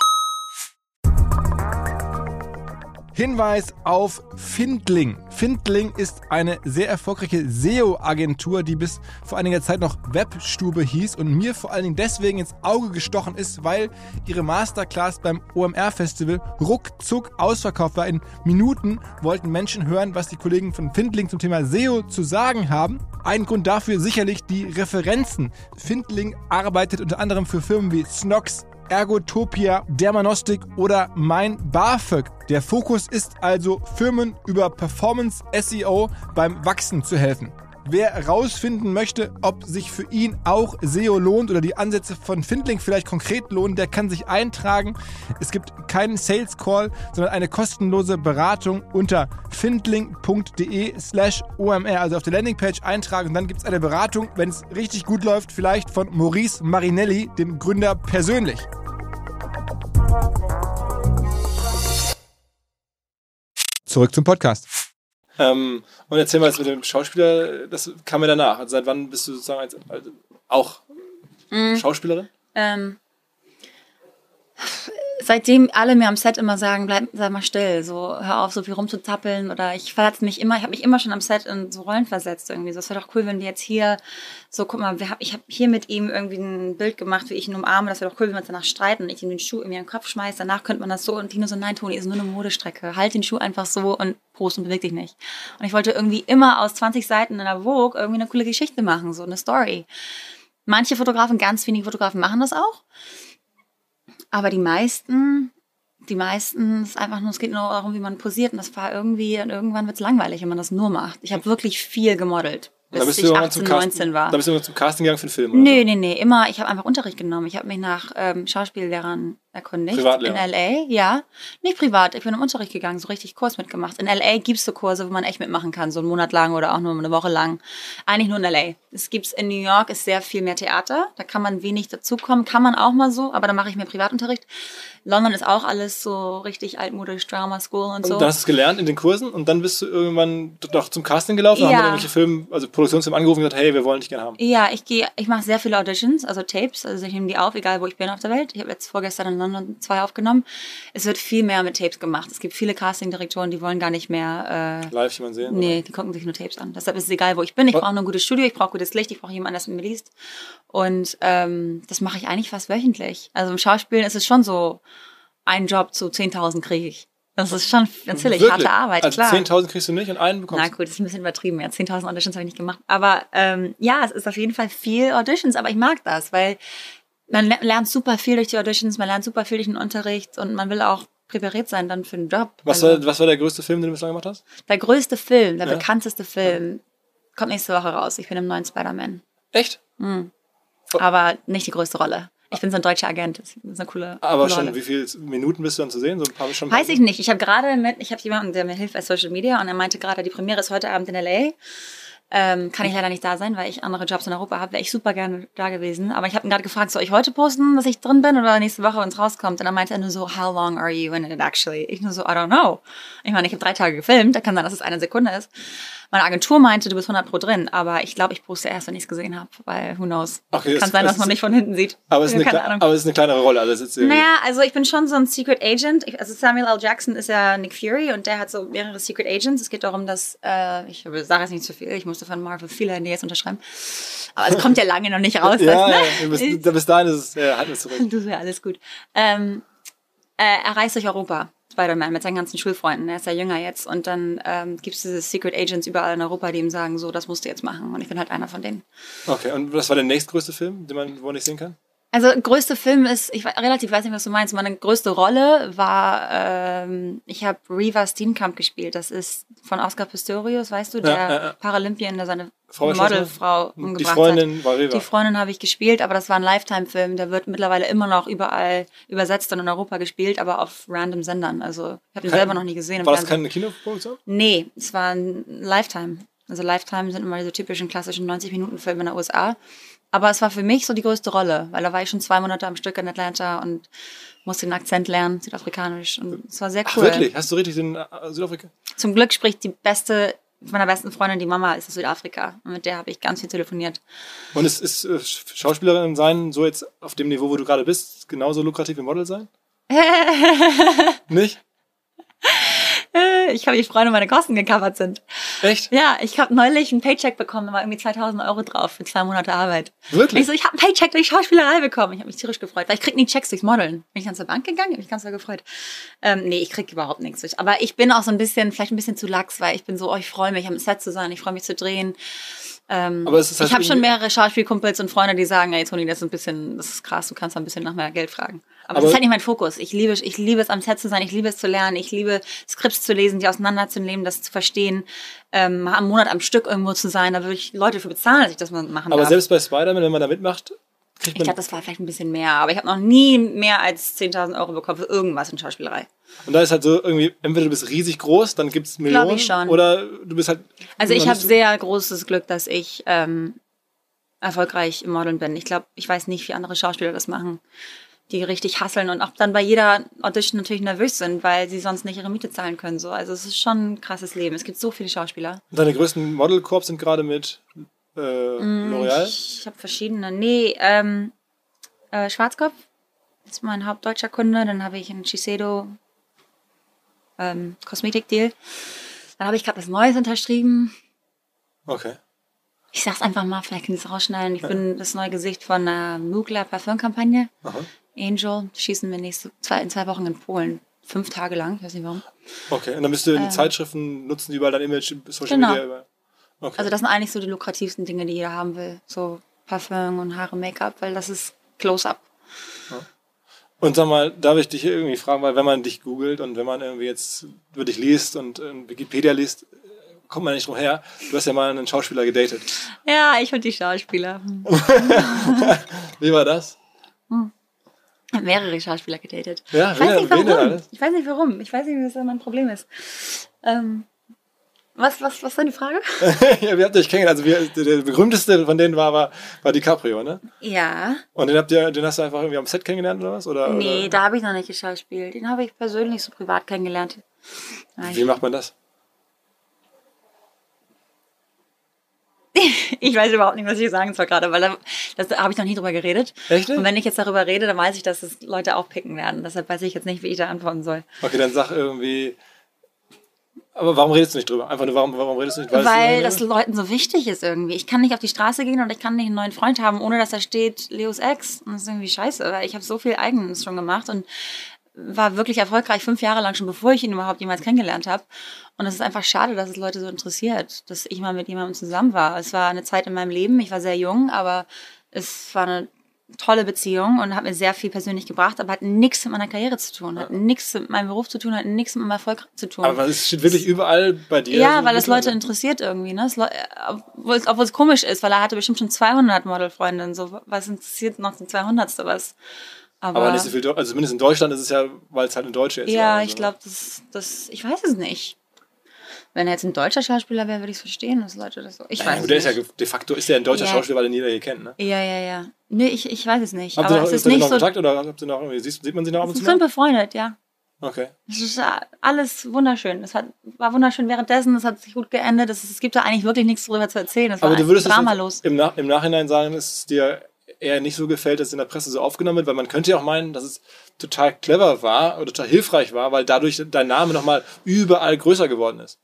Hinweis auf Findling. Findling ist eine sehr erfolgreiche S E O-Agentur, die bis vor einiger Zeit noch Webstube hieß und mir vor allen Dingen deswegen ins Auge gestochen ist, weil ihre Masterclass beim O M R-Festival ruckzuck ausverkauft war. In Minuten wollten Menschen hören, was die Kollegen von Findling zum Thema S E O zu sagen haben. Ein Grund dafür sicherlich die Referenzen. Findling arbeitet unter anderem für Firmen wie Snox, Ergotopia, Dermanostik oder Mein BAföG. Der Fokus ist also, Firmen über Performance S E O beim Wachsen zu helfen. Wer herausfinden möchte, ob sich für ihn auch S E O lohnt oder die Ansätze von Findling vielleicht konkret lohnen, der kann sich eintragen. Es gibt keinen Sales Call, sondern eine kostenlose Beratung unter findling.de slash OMR. Also auf der Landingpage eintragen und dann gibt es eine Beratung, wenn es richtig gut läuft, vielleicht von Maurice Marinelli, dem Gründer persönlich. Zurück zum Podcast. Ähm, und erzähl mal jetzt mit dem Schauspieler, das kam mir danach. Also seit wann bist du sozusagen als, also auch Mhm. Schauspielerin? Ähm, Seitdem alle mir am Set immer sagen, bleib, sei mal still, so hör auf, so viel rumzuzappeln oder ich verletze mich immer, ich habe mich immer schon am Set in so Rollen versetzt irgendwie. So, es wäre doch cool, wenn wir jetzt hier so, guck mal, wir hab, ich habe hier mit ihm irgendwie ein Bild gemacht, wie ich ihn umarme, das wäre doch cool, wenn wir uns danach streiten und ich ihm den Schuh in mir in den Kopf schmeiße, danach könnte man das so und Tino so, nein Toni, ist nur eine Modestrecke, halt den Schuh einfach so und Prost und beweg dich nicht. Und ich wollte irgendwie immer aus zwanzig Seiten in der Vogue irgendwie eine coole Geschichte machen, so eine Story. Manche Fotografen, ganz wenige Fotografen machen das auch. Aber die meisten, die meisten, ist einfach nur, es geht nur darum, wie man posiert. Und das war irgendwie, und irgendwann wird es langweilig, wenn man das nur macht. Ich habe wirklich viel gemodelt, bis ich achtzehn, neunzehn war. Da bist du immer zum Casting gegangen für einen Film, oder? Nee, nee, nee, immer, ich habe einfach Unterricht genommen. Ich habe mich nach ähm, Schauspiellehrern erkundigt. Privatlehrer? In L A, ja. Nicht privat, ich bin im Unterricht gegangen, so richtig Kurs mitgemacht. In L A gibt es so Kurse, wo man echt mitmachen kann, so einen Monat lang oder auch nur eine Woche lang. Eigentlich nur in L A. Es gibt's in New York, ist sehr viel mehr Theater, da kann man wenig dazukommen, kann man auch mal so, aber da mache ich mir Privatunterricht. London ist auch alles so richtig altmodisch, Drama School und so. Und dann hast du es gelernt in den Kursen und dann bist du irgendwann doch zum Casting gelaufen und Ja. haben dann irgendwelche Film, also Produktionsfilme angerufen und gesagt, hey, wir wollen dich gerne haben. Ja, ich gehe, ich mache sehr viele Auditions, also Tapes, also ich nehme die auf, egal wo ich bin auf der Welt. Ich habe jetzt vorgestern in London zwei aufgenommen. Es wird viel mehr mit Tapes gemacht. Es gibt viele Castingdirektoren, die wollen gar nicht mehr. Äh, Live jemanden sehen? nee, die gucken sich nur Tapes an. Deshalb ist es egal, wo ich bin. Ich brauche nur ein gutes Studio, ich brauche gutes Licht, ich brauche jemanden, der es mit mir liest. Und ähm, das mache ich eigentlich fast wöchentlich. Also im Schauspielen ist es schon so, ein Job zu zehntausend kriege ich. Das ist schon natürlich Wirklich? harte Arbeit, also klar. zehntausend kriegst du nicht und einen bekommst Na gut, das ist ein bisschen übertrieben. Ja, zehntausend Auditions habe ich nicht gemacht. Aber ähm, ja, es ist auf jeden Fall viel Auditions, aber ich mag das, weil man lernt super viel durch die Auditions, man lernt super viel durch den Unterricht und man will auch präpariert sein dann für den Job. Was, also, war, was war der größte Film, den du bislang gemacht hast? Der größte Film, der Ja. bekannteste Film, kommt nächste Woche raus. Ich bin im neuen Spider-Man. Echt? Mhm. Aber nicht die größte Rolle. Ich bin so ein deutscher Agent. Das ist eine coole, Aber coole schon, Rolle. wie viele Minuten bist du dann zu sehen? So ein paar, schon Weiß ich nicht. Ich habe gerade mit, ich habe jemanden, der mir hilft bei Social Media und er meinte gerade, die Premiere ist heute Abend in L A. Ähm, kann ich leider nicht da sein, weil ich andere Jobs in Europa habe. Wäre ich super gerne da gewesen. Aber ich habe ihn gerade gefragt, soll ich heute posten, dass ich drin bin oder nächste Woche, wenn es rauskommt? Und dann meinte er nur so, how long are you in it actually? Ich nur so, I don't know. Ich meine, ich habe drei Tage gefilmt, da kann sein, dass es eine Sekunde ist. Meine Agentur meinte, du bist hundert Pro drin, aber ich glaube, ich poste erst, wenn ich es gesehen habe, weil who knows. Okay, kann das- sein, das dass man ist- nicht von hinten sieht. Aber es ist eine, Keine kle- Ahnung. aber es ist eine kleinere Rolle. Also es ist irgendwie- Naja, also ich bin schon so ein Secret Agent. Ich, also Samuel L. Jackson ist ja Nick Fury und der hat so mehrere Secret Agents. Es geht darum, dass, äh, ich sage jetzt nicht zu viel, ich musste von Marvel viele N D As unterschreiben. Aber es kommt ja lange noch nicht raus. ja, das, ja, ne? bis, bis dahin ist es, äh, halten wir es zurück. Du, ja, alles gut. Ähm, äh, er reist durch Europa, Spider-Man, mit seinen ganzen Schulfreunden. Er ist ja jünger jetzt. Und dann ähm, gibt es diese Secret Agents überall in Europa, die ihm sagen, so, das musst du jetzt machen. Und ich bin halt einer von denen. Okay, und was war der nächstgrößte Film, den man wo man nicht sehen kann? Also größte Film ist, ich we- relativ weiß nicht, was du meinst. Meine größte Rolle war, ähm, ich habe Reva Steenkamp gespielt. Das ist von Oscar Pistorius, weißt du, der Ja, ja, ja. Paralympian, der seine Frau erschossen Modelfrau hat? Die umgebracht Freundin hat. war Reva. Die Freundin habe ich gespielt, aber das war ein Lifetime-Film. Der wird mittlerweile immer noch überall übersetzt und in Europa gespielt, aber auf random Sendern. Also ich habe ihn Kein- selber noch nie gesehen. im War das Fernsehen. keine Kinoproduktion? Nee, es war ein Lifetime. Also Lifetime sind immer diese typischen klassischen neunzig-Minuten-Filme in der U S A. Aber es war für mich so die größte Rolle, weil da war ich schon zwei Monate am Stück in Atlanta und musste den Akzent lernen, südafrikanisch. Und es war sehr Ach, cool. wirklich? Hast du richtig den äh, Südafrika? Zum Glück spricht die beste, meiner besten Freundin, die Mama, ist aus Südafrika. Und mit der habe ich ganz viel telefoniert. Und ist, ist äh, Schauspielerin sein, so jetzt auf dem Niveau, wo du gerade bist, genauso lukrativ wie Model sein? Nicht? Ich habe die Freunde, meine Kosten gecovert sind. Echt? Ja, ich habe neulich einen Paycheck bekommen, da war irgendwie zweitausend Euro drauf für zwei Monate Arbeit. Wirklich? Ich so, ich habe einen Paycheck durch Schauspielerei bekommen. Ich habe mich tierisch gefreut, weil ich krieg nie Checks durchs Modeln. Bin ich dann zur Bank gegangen, habe mich ganz doll gefreut. Ähm, nee, ich krieg überhaupt nichts durch. Aber ich bin auch so ein bisschen, vielleicht ein bisschen zu lax, weil ich bin so, oh, ich freue mich, am Set zu sein, ich freue mich zu drehen. Ähm, Aber es ist halt ich habe schon irgendwie- mehrere Schauspielkumpels und Freunde, die sagen, ey Toni, das ist ein bisschen, das ist krass, du kannst da ein bisschen nach mehr Geld fragen. Aber, Aber- das ist halt nicht mein Fokus. Ich liebe, ich liebe es, am Set zu sein, ich liebe es zu lernen, ich liebe Skripts zu lesen, die auseinanderzunehmen, das zu verstehen, ähm, mal einen Monat am Stück irgendwo zu sein, da würde ich Leute für bezahlen, dass ich das mal machen Aber darf. selbst bei Spider-Man, wenn man da mitmacht, kriegt Ich man... glaube, das war vielleicht ein bisschen mehr, aber ich habe noch nie mehr als zehntausend Euro bekommen für irgendwas in Schauspielerei. Und da ist halt so irgendwie, entweder du bist riesig groß, dann gibt's Millionen, ich schon. oder du bist halt... Also ich noch habe nicht so- sehr großes Glück, dass ich ähm, erfolgreich im Modeln bin. Ich glaube, ich weiß nicht, wie andere Schauspieler das machen, die richtig hasseln und auch dann bei jeder Audition natürlich nervös sind, weil sie sonst nicht ihre Miete zahlen können. So. Also es ist schon ein krasses Leben. Es gibt so viele Schauspieler. Und deine größten Modelkorps sind gerade mit äh, L'Oreal? Ich habe verschiedene. Nee, ähm, äh, Schwarzkopf Das ist mein hauptdeutscher Kunde. Dann habe ich einen Shiseido ähm, Kosmetikdeal. Dann habe ich gerade was Neues unterschrieben. Okay. Ich sag's einfach mal, vielleicht kann ich es rausschneiden. Ich ja. bin das neue Gesicht von einer Mugler Parfümkampagne. Angel. Schießen wir nächste zwei, in zwei Wochen in Polen. Fünf Tage lang, ich weiß nicht warum. Okay, und dann müsst ihr in ähm, Zeitschriften nutzen, die überall dein Image, Social genau. Media. Über. Okay. Also das sind eigentlich so die lukrativsten Dinge, die jeder haben will. So Parfüm und Haare, Make-up, weil das ist Close-Up. Ja. Und sag mal, darf ich dich irgendwie fragen, weil wenn man dich googelt und wenn man irgendwie jetzt über dich liest und in Wikipedia liest, kommt man nicht drum her. Du hast ja mal einen Schauspieler gedatet. Ja, ich und die Schauspieler. Hm. Wie war das? Hm. Ich habe mehrere Schauspieler gedatet. Ja, ich, weiß wen, nicht, warum. Wen alles? ich weiß nicht warum. Ich weiß nicht, was mein Problem ist. Ähm, was, was, was war die Frage? Ja, wir habt euch kennengelernt. Also wir, der berühmteste von denen war, war, war DiCaprio, ne? Ja. Und den habt ihr, den hast du einfach irgendwie am Set kennengelernt oder was? Oder, nee, oder? da habe ich noch nicht geschauspielt. Den habe ich persönlich so privat kennengelernt. Wie ich, macht man das? Ich weiß überhaupt nicht, was ich sagen soll gerade, weil da, das habe ich noch nie drüber geredet. Echt? Und wenn ich jetzt darüber rede, dann weiß ich, dass es Leute aufpicken werden. Deshalb weiß ich jetzt nicht, wie ich da antworten soll. Okay, dann sag irgendwie... Aber warum redest du nicht drüber? Einfach nur, warum, warum redest du nicht? Weil, Weil das Leuten so wichtig ist irgendwie. Ich kann nicht auf die Straße gehen und ich kann nicht einen neuen Freund haben, ohne dass da steht Leos Ex. Und das ist irgendwie scheiße, weil ich habe so viel Eigenes schon gemacht und war wirklich erfolgreich fünf Jahre lang, schon bevor ich ihn überhaupt jemals kennengelernt habe. Und es ist einfach schade, dass es Leute so interessiert, dass ich mal mit jemandem zusammen war. Es war eine Zeit in meinem Leben, ich war sehr jung, aber es war eine tolle Beziehung und hat mir sehr viel persönlich gebracht, aber hat nichts mit meiner Karriere zu tun, hat nichts mit meinem Beruf zu tun, hat nichts mit meinem Erfolg zu tun. Aber es steht wirklich überall bei dir. Ja, so weil es Leute interessiert irgendwie, ne? Es, obwohl, es, obwohl es komisch ist, weil er hatte bestimmt schon zweihundert Modelfreundinnen. So, was interessiert noch den zweihundertste was? Aber, aber nicht so viel, also zumindest in Deutschland ist es ja, weil es halt ein Deutscher ist. Ja, also. ich glaube, das, das, ich weiß es nicht. Wenn er jetzt ein deutscher Schauspieler wäre, würde ich es verstehen, dass Leute das so. Ich ja, weiß es der nicht. ist ja de facto ist der ein deutscher ja. Schauspieler, weil den jeder hier kennt, ne? Ja, ja, ja. Nee, ich, ich weiß es nicht. Habt aber ihr noch, es ist ist nicht noch so. Kontakt oder habt ihr noch irgendwie, sieht, sieht man sie noch ab und zu? Wir sind befreundet, ja. Okay. Es ist alles wunderschön. Es hat, war wunderschön währenddessen, es hat sich gut geendet. Es, es gibt da eigentlich wirklich nichts drüber zu erzählen. Es war aber du würdest dramalos. Im, Nach, im Nachhinein sagen, dass es dir eher nicht so gefällt, dass es in der Presse so aufgenommen wird, weil man könnte ja auch meinen, dass es total clever war oder total hilfreich war, weil dadurch dein Name nochmal überall größer geworden ist.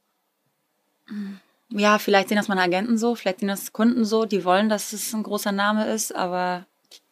Ja, vielleicht sehen das meine Agenten so, vielleicht sehen das Kunden so, die wollen, dass es ein großer Name ist, aber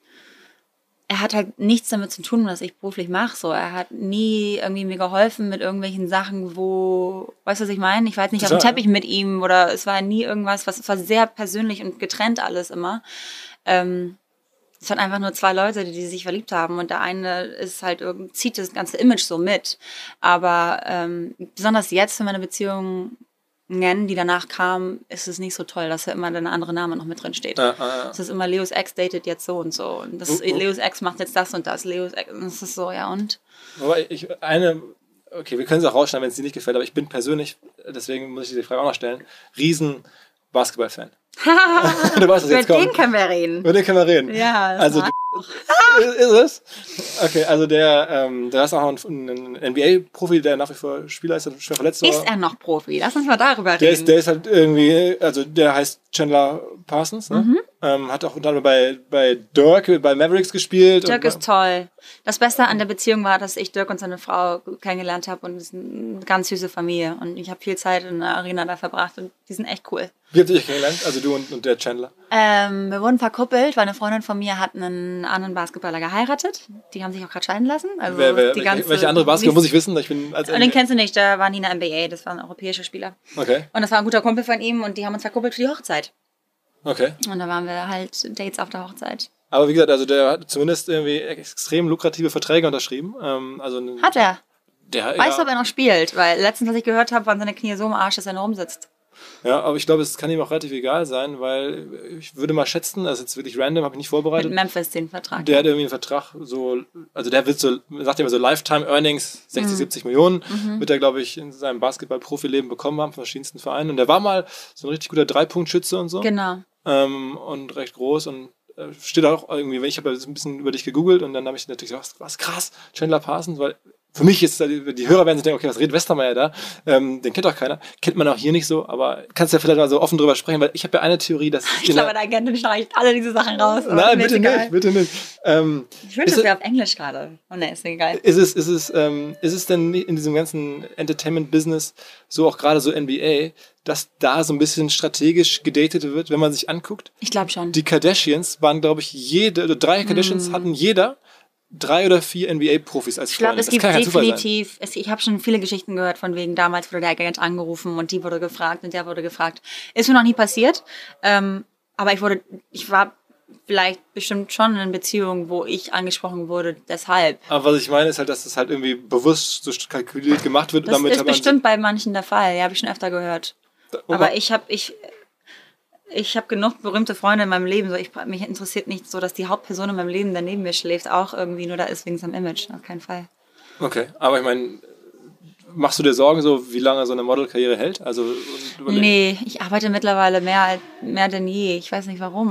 er hat halt nichts damit zu tun, was ich beruflich mache. So, er hat nie irgendwie mir geholfen mit irgendwelchen Sachen, wo, weißt du, was ich meine? Ich war jetzt nicht Total, auf dem Teppich ja. mit ihm oder es war nie irgendwas, was, es war sehr persönlich und getrennt alles immer. Ähm, Es waren einfach nur zwei Leute, die, die sich verliebt haben und der eine ist halt irgendwie, zieht das ganze Image so mit. Aber ähm, besonders jetzt, wenn meine Beziehungen nennen, die danach kamen, ist es nicht so toll, dass da immer der andere Name noch mit drin steht. Ja, ja, ja. Es ist immer Leos Ex datet jetzt so und so und das, uh, uh. Leos Ex macht jetzt das und das. Leos Ex, und das ist so, ja und? Aber ich, eine, okay, wir können es auch rausschneiden, wenn es dir nicht gefällt, aber ich bin persönlich, deswegen muss ich die Frage auch noch stellen, riesen Basketball-Fan. Du weißt, was jetzt kommt. Mit dem können wir reden. Mit dem können wir reden. Ja, das also war ist es? Okay, also der, ähm, der ist auch ein, ein N B A-Profi, der nach wie vor Spieler ist, schwer verletzt war. Ist er noch Profi? Lass uns mal darüber der reden. Ist, der ist halt irgendwie, also der heißt Chandler Parsons, ne? Mhm. Ähm, hat auch unter anderem bei, bei Dirk, bei Mavericks gespielt. Dirk und, ist toll. Das Beste an der Beziehung war, dass ich Dirk und seine Frau kennengelernt habe und es ist eine ganz süße Familie und ich habe viel Zeit in der Arena da verbracht und die sind echt cool. Wie habt ihr euch kennengelernt? Also du und, und der Chandler? Ähm, wir wurden verkuppelt, weil eine Freundin von mir hat einen anderen Basketballer geheiratet. Die haben sich auch gerade scheiden lassen. Also wer, wer, die welche, ganze, welche andere Basketball muss ich wissen? Ich bin als und den kennst du nicht, der war nie in der N B A, das war ein europäischer Spieler. Okay. Und das war ein guter Kumpel von ihm und die haben uns verkuppelt für die Hochzeit. Okay. Und da waren wir halt Dates auf der Hochzeit. Aber wie gesagt, also der hat zumindest irgendwie extrem lukrative Verträge unterschrieben. Ähm, also hat er? Der, weißt du, ja. ob er noch spielt? Weil letztens, was ich gehört habe, waren seine Knie so im Arsch, dass er nur rumsitzt. Ja, aber ich glaube, es kann ihm auch relativ egal sein, weil ich würde mal schätzen, also jetzt wirklich random, habe ich nicht vorbereitet. Mit Memphis den Vertrag. Der hat irgendwie einen Vertrag, so, also der wird so, sagt immer so Lifetime Earnings, sechzig, mhm. siebzig Millionen, mhm. wird er, glaube ich, in seinem Basketball-Profileben bekommen haben von verschiedensten Vereinen. Und der war mal so ein richtig guter Dreipunktschütze und so. Genau. Ähm, und recht groß und äh, steht auch irgendwie, ich habe ein bisschen über dich gegoogelt und dann habe ich natürlich gesagt, was krass, Chandler Parsons, weil für mich ist, die Hörer werden sich denken, okay, was redet Westermeier da? Ähm, den kennt doch keiner. Kennt man auch hier nicht so, aber kannst ja vielleicht mal so offen drüber sprechen, weil ich habe ja eine Theorie, dass... Ich glaube, da Agenten streicht alle diese Sachen raus. Nein, bitte nicht, bitte nicht. Ähm, ich wünsche, es wäre auf Englisch gerade. Oh ne, ist egal. Ist es, ist, es, ähm, ist es denn in diesem ganzen Entertainment-Business, so auch gerade so N B A, dass da so ein bisschen strategisch gedatet wird, wenn man sich anguckt? Ich glaube schon. Die Kardashians waren, glaube ich, jede, oder drei Kardashians mm. hatten jeder drei oder vier N B A-Profis als Ich glaube, es gibt definitiv, es, ich habe schon viele Geschichten gehört von wegen, damals wurde der Agent angerufen und die wurde gefragt und der wurde gefragt. Ist mir noch nie passiert, ähm, aber ich wurde, ich war vielleicht bestimmt schon in einer Beziehung, wo ich angesprochen wurde, deshalb. Aber was ich meine, ist halt, dass das halt irgendwie bewusst so kalkuliert gemacht wird. Das damit ist bestimmt bei manchen der Fall, ja, habe ich schon öfter gehört. Oh, aber ich habe, ich... Ich habe genug berühmte Freunde in meinem Leben. So, ich, mich interessiert nicht so, dass die Hauptperson in meinem Leben, der neben mir schläft, auch irgendwie nur da ist wegen seinem Image. Auf keinen Fall. Okay, aber ich meine, machst du dir Sorgen, so wie lange so eine Modelkarriere hält? Also, nee, ich arbeite mittlerweile mehr, mehr denn je. Ich weiß nicht warum.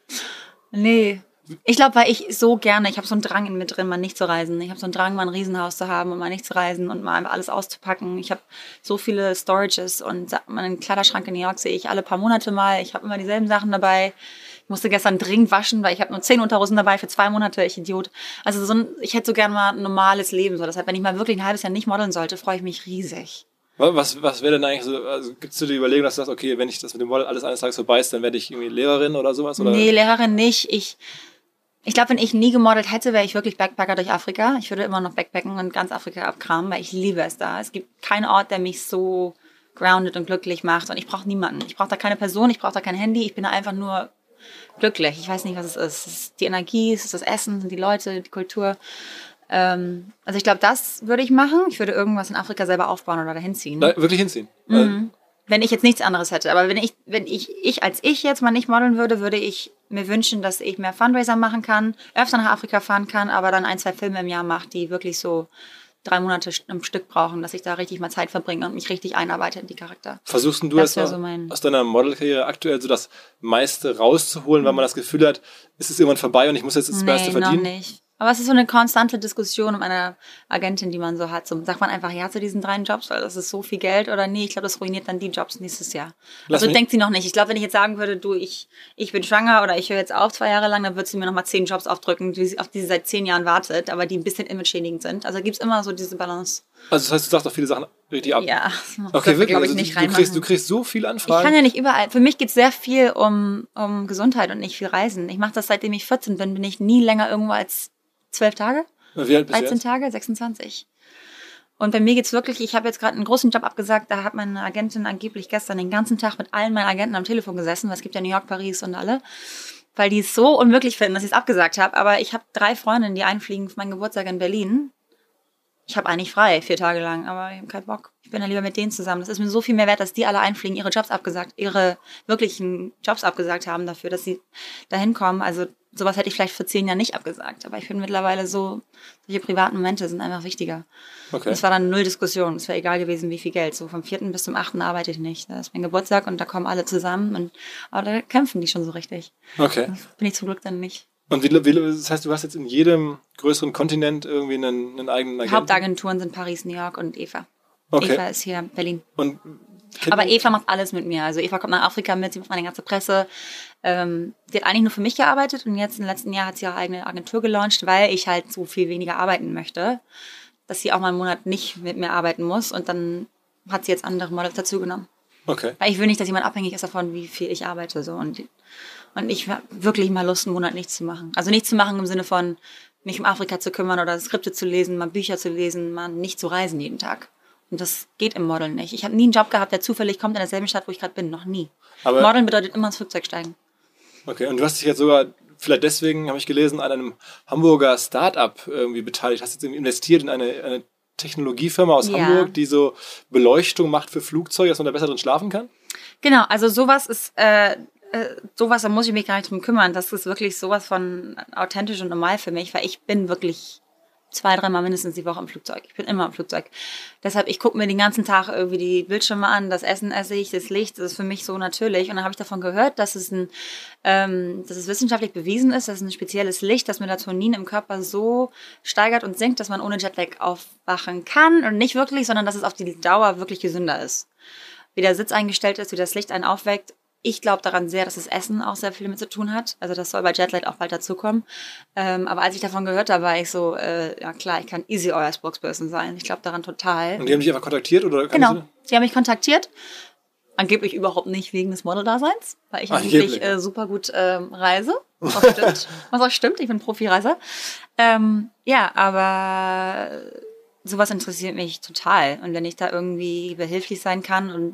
Nee. Ich glaube, weil ich so gerne, ich habe so einen Drang in mir drin, mal nicht zu reisen. Ich habe so einen Drang, mal ein Riesenhaus zu haben und mal nicht zu reisen und mal einfach alles auszupacken. Ich habe so viele Storages und meinen Kleiderschrank in New York sehe ich alle paar Monate mal. Ich habe immer dieselben Sachen dabei. Ich musste gestern dringend waschen, weil ich habe nur zehn Unterhosen dabei für zwei Monate, ich Idiot. Also so ein, ich hätte so gerne mal ein normales Leben. So. Deshalb, wenn ich mal wirklich ein halbes Jahr nicht modeln sollte, freue ich mich riesig. Was, was wäre denn eigentlich so, also gibt es dir die Überlegung, dass du sagst, okay, wenn ich das mit dem Model alles eines Tages vorbei ist, dann werde ich irgendwie Lehrerin oder sowas? Oder? Nee, Lehrerin nicht. Ich... Ich glaube, wenn ich nie gemodelt hätte, wäre ich wirklich Backpacker durch Afrika. Ich würde immer noch Backpacken und ganz Afrika abkramen, weil ich liebe es da. Es gibt keinen Ort, der mich so grounded und glücklich macht. Und ich brauche niemanden. Ich brauche da keine Person, ich brauche da kein Handy. Ich bin da einfach nur glücklich. Ich weiß nicht, was es ist. Es ist die Energie, es ist das Essen, es sind die Leute, die Kultur. Ähm, also ich glaube, das würde ich machen. Ich würde irgendwas in Afrika selber aufbauen oder dahin ziehen. Da, wirklich hinziehen? Mhm. Wenn ich jetzt nichts anderes hätte. Aber wenn ich, wenn ich, ich als ich jetzt mal nicht modeln würde, würde ich mir wünschen, dass ich mehr Fundraiser machen kann, öfter nach Afrika fahren kann, aber dann ein, zwei Filme im Jahr mache, die wirklich so drei Monate am Stück brauchen, dass ich da richtig mal Zeit verbringe und mich richtig einarbeite in die Charakter. Versuchst du jetzt so aus deiner Modelkarriere aktuell so das meiste rauszuholen, mhm. weil man das Gefühl hat, ist es irgendwann vorbei und ich muss jetzt das nee, Beste verdienen? Noch nicht. Aber es ist so eine konstante Diskussion um eine Agentin, die man so hat. So, sagt man einfach ja zu diesen drei Jobs, weil das ist so viel Geld oder nee, ich glaube, das ruiniert dann die Jobs nächstes Jahr. Lass also denkt sie noch nicht. Ich glaube, wenn ich jetzt sagen würde, du, ich, ich bin schwanger oder ich höre jetzt auf zwei Jahre lang, dann würde sie mir nochmal zehn Jobs aufdrücken, die, auf die sie seit zehn Jahren wartet, aber die ein bisschen image-schädigend sind. Also gibt es immer so diese Balance. Also das heißt, du sagst auch viele Sachen richtig ab? Ja, das okay, wirklich? glaube ich, also nicht du, du, kriegst, du kriegst so viele Anfragen? Ich kann ja nicht überall. Für mich geht es sehr viel um, um Gesundheit und nicht viel Reisen. Ich mache das, seitdem ich vierzehn bin, bin ich nie länger irgendwo als zwölf Tage? Wie alt bist du dreizehn jetzt? Tage, sechsundzwanzig. Und bei mir geht's wirklich, ich habe jetzt gerade einen großen Job abgesagt, da hat meine Agentin angeblich gestern den ganzen Tag mit allen meinen Agenten am Telefon gesessen, weil es gibt ja New York, Paris und alle, weil die es so unmöglich finden, dass ich es abgesagt habe. Aber ich habe drei Freundinnen, die einfliegen für meinen Geburtstag in Berlin. Ich habe eigentlich frei, vier Tage lang, aber ich habe keinen Bock. Ich bin ja lieber mit denen zusammen. Das ist mir so viel mehr wert, dass die alle einfliegen, ihre Jobs abgesagt, ihre wirklichen Jobs abgesagt haben dafür, dass sie dahin kommen. Also sowas hätte ich vielleicht vor zehn Jahren nicht abgesagt. Aber ich bin mittlerweile so, solche privaten Momente sind einfach wichtiger. Okay. Es war dann null Diskussion. Es wäre egal gewesen, wie viel Geld. So vom vierten bis zum achten arbeite ich nicht. Das ist mein Geburtstag und da kommen alle zusammen. Und, aber da kämpfen die schon so richtig. Okay. Da bin ich zum Glück dann nicht. Und wie, wie, das heißt, du hast jetzt in jedem größeren Kontinent irgendwie einen, einen eigenen Agenten? Hauptagenturen sind Paris, New York und Eva. Okay. Eva ist hier Berlin. Und aber Eva macht alles mit mir. Also Eva kommt nach Afrika mit, sie macht meine ganze Presse. Ähm, sie hat eigentlich nur für mich gearbeitet und jetzt im letzten Jahr hat sie ihre eigene Agentur gelauncht, weil ich halt so viel weniger arbeiten möchte, dass sie auch mal einen Monat nicht mit mir arbeiten muss und dann hat sie jetzt andere Models dazu genommen. Okay. Weil ich will nicht, dass jemand abhängig ist davon, wie viel ich arbeite. So. Und, und ich habe wirklich mal Lust, einen Monat nichts zu machen. Also nichts zu machen im Sinne von, mich um Afrika zu kümmern oder Skripte zu lesen, mal Bücher zu lesen, mal nicht zu reisen jeden Tag. Und das geht im Modeln nicht. Ich habe nie einen Job gehabt, der zufällig kommt in derselben Stadt, wo ich gerade bin. Noch nie. Aber Modeln bedeutet immer ins Flugzeug steigen. Okay, und du hast dich jetzt sogar, vielleicht deswegen, habe ich gelesen, an einem Hamburger Start-up irgendwie beteiligt. Hast jetzt irgendwie investiert in eine, eine Technologiefirma aus Ja. Hamburg, die so Beleuchtung macht für Flugzeuge, dass man da besser drin schlafen kann? Genau, also sowas ist, äh, äh, sowas, da muss ich mich gar nicht drum kümmern. Das ist wirklich sowas von authentisch und normal für mich, weil ich bin wirklich zwei, dreimal mindestens die Woche im Flugzeug. Ich bin immer im Flugzeug. Deshalb, ich gucke mir den ganzen Tag irgendwie die Bildschirme an, das Essen esse ich, das Licht, das ist für mich so natürlich. Und dann habe ich davon gehört, dass es, ein, ähm, dass es wissenschaftlich bewiesen ist, dass ein spezielles Licht das Melatonin im Körper so steigert und senkt, dass man ohne Jetlag aufwachen kann. Und nicht wirklich, sondern dass es auf die Dauer wirklich gesünder ist. Wie der Sitz eingestellt ist, wie das Licht einen aufweckt. Ich glaube daran sehr, dass das Essen auch sehr viel damit zu tun hat. Also das soll bei Jetlag auch bald dazukommen. Ähm, aber als ich davon gehört habe, war ich so, äh, ja klar, ich kann easy euer Spokesperson sein. Ich glaube daran total. Und die haben dich einfach kontaktiert? Oder genau, die haben mich kontaktiert. Angeblich überhaupt nicht wegen des Model-Daseins, weil ich angeblich äh, super gut ähm, reise. Was auch stimmt. Was auch stimmt, ich bin Profi-Reiser. Ähm, ja, aber sowas interessiert mich total. Und wenn ich da irgendwie behilflich sein kann und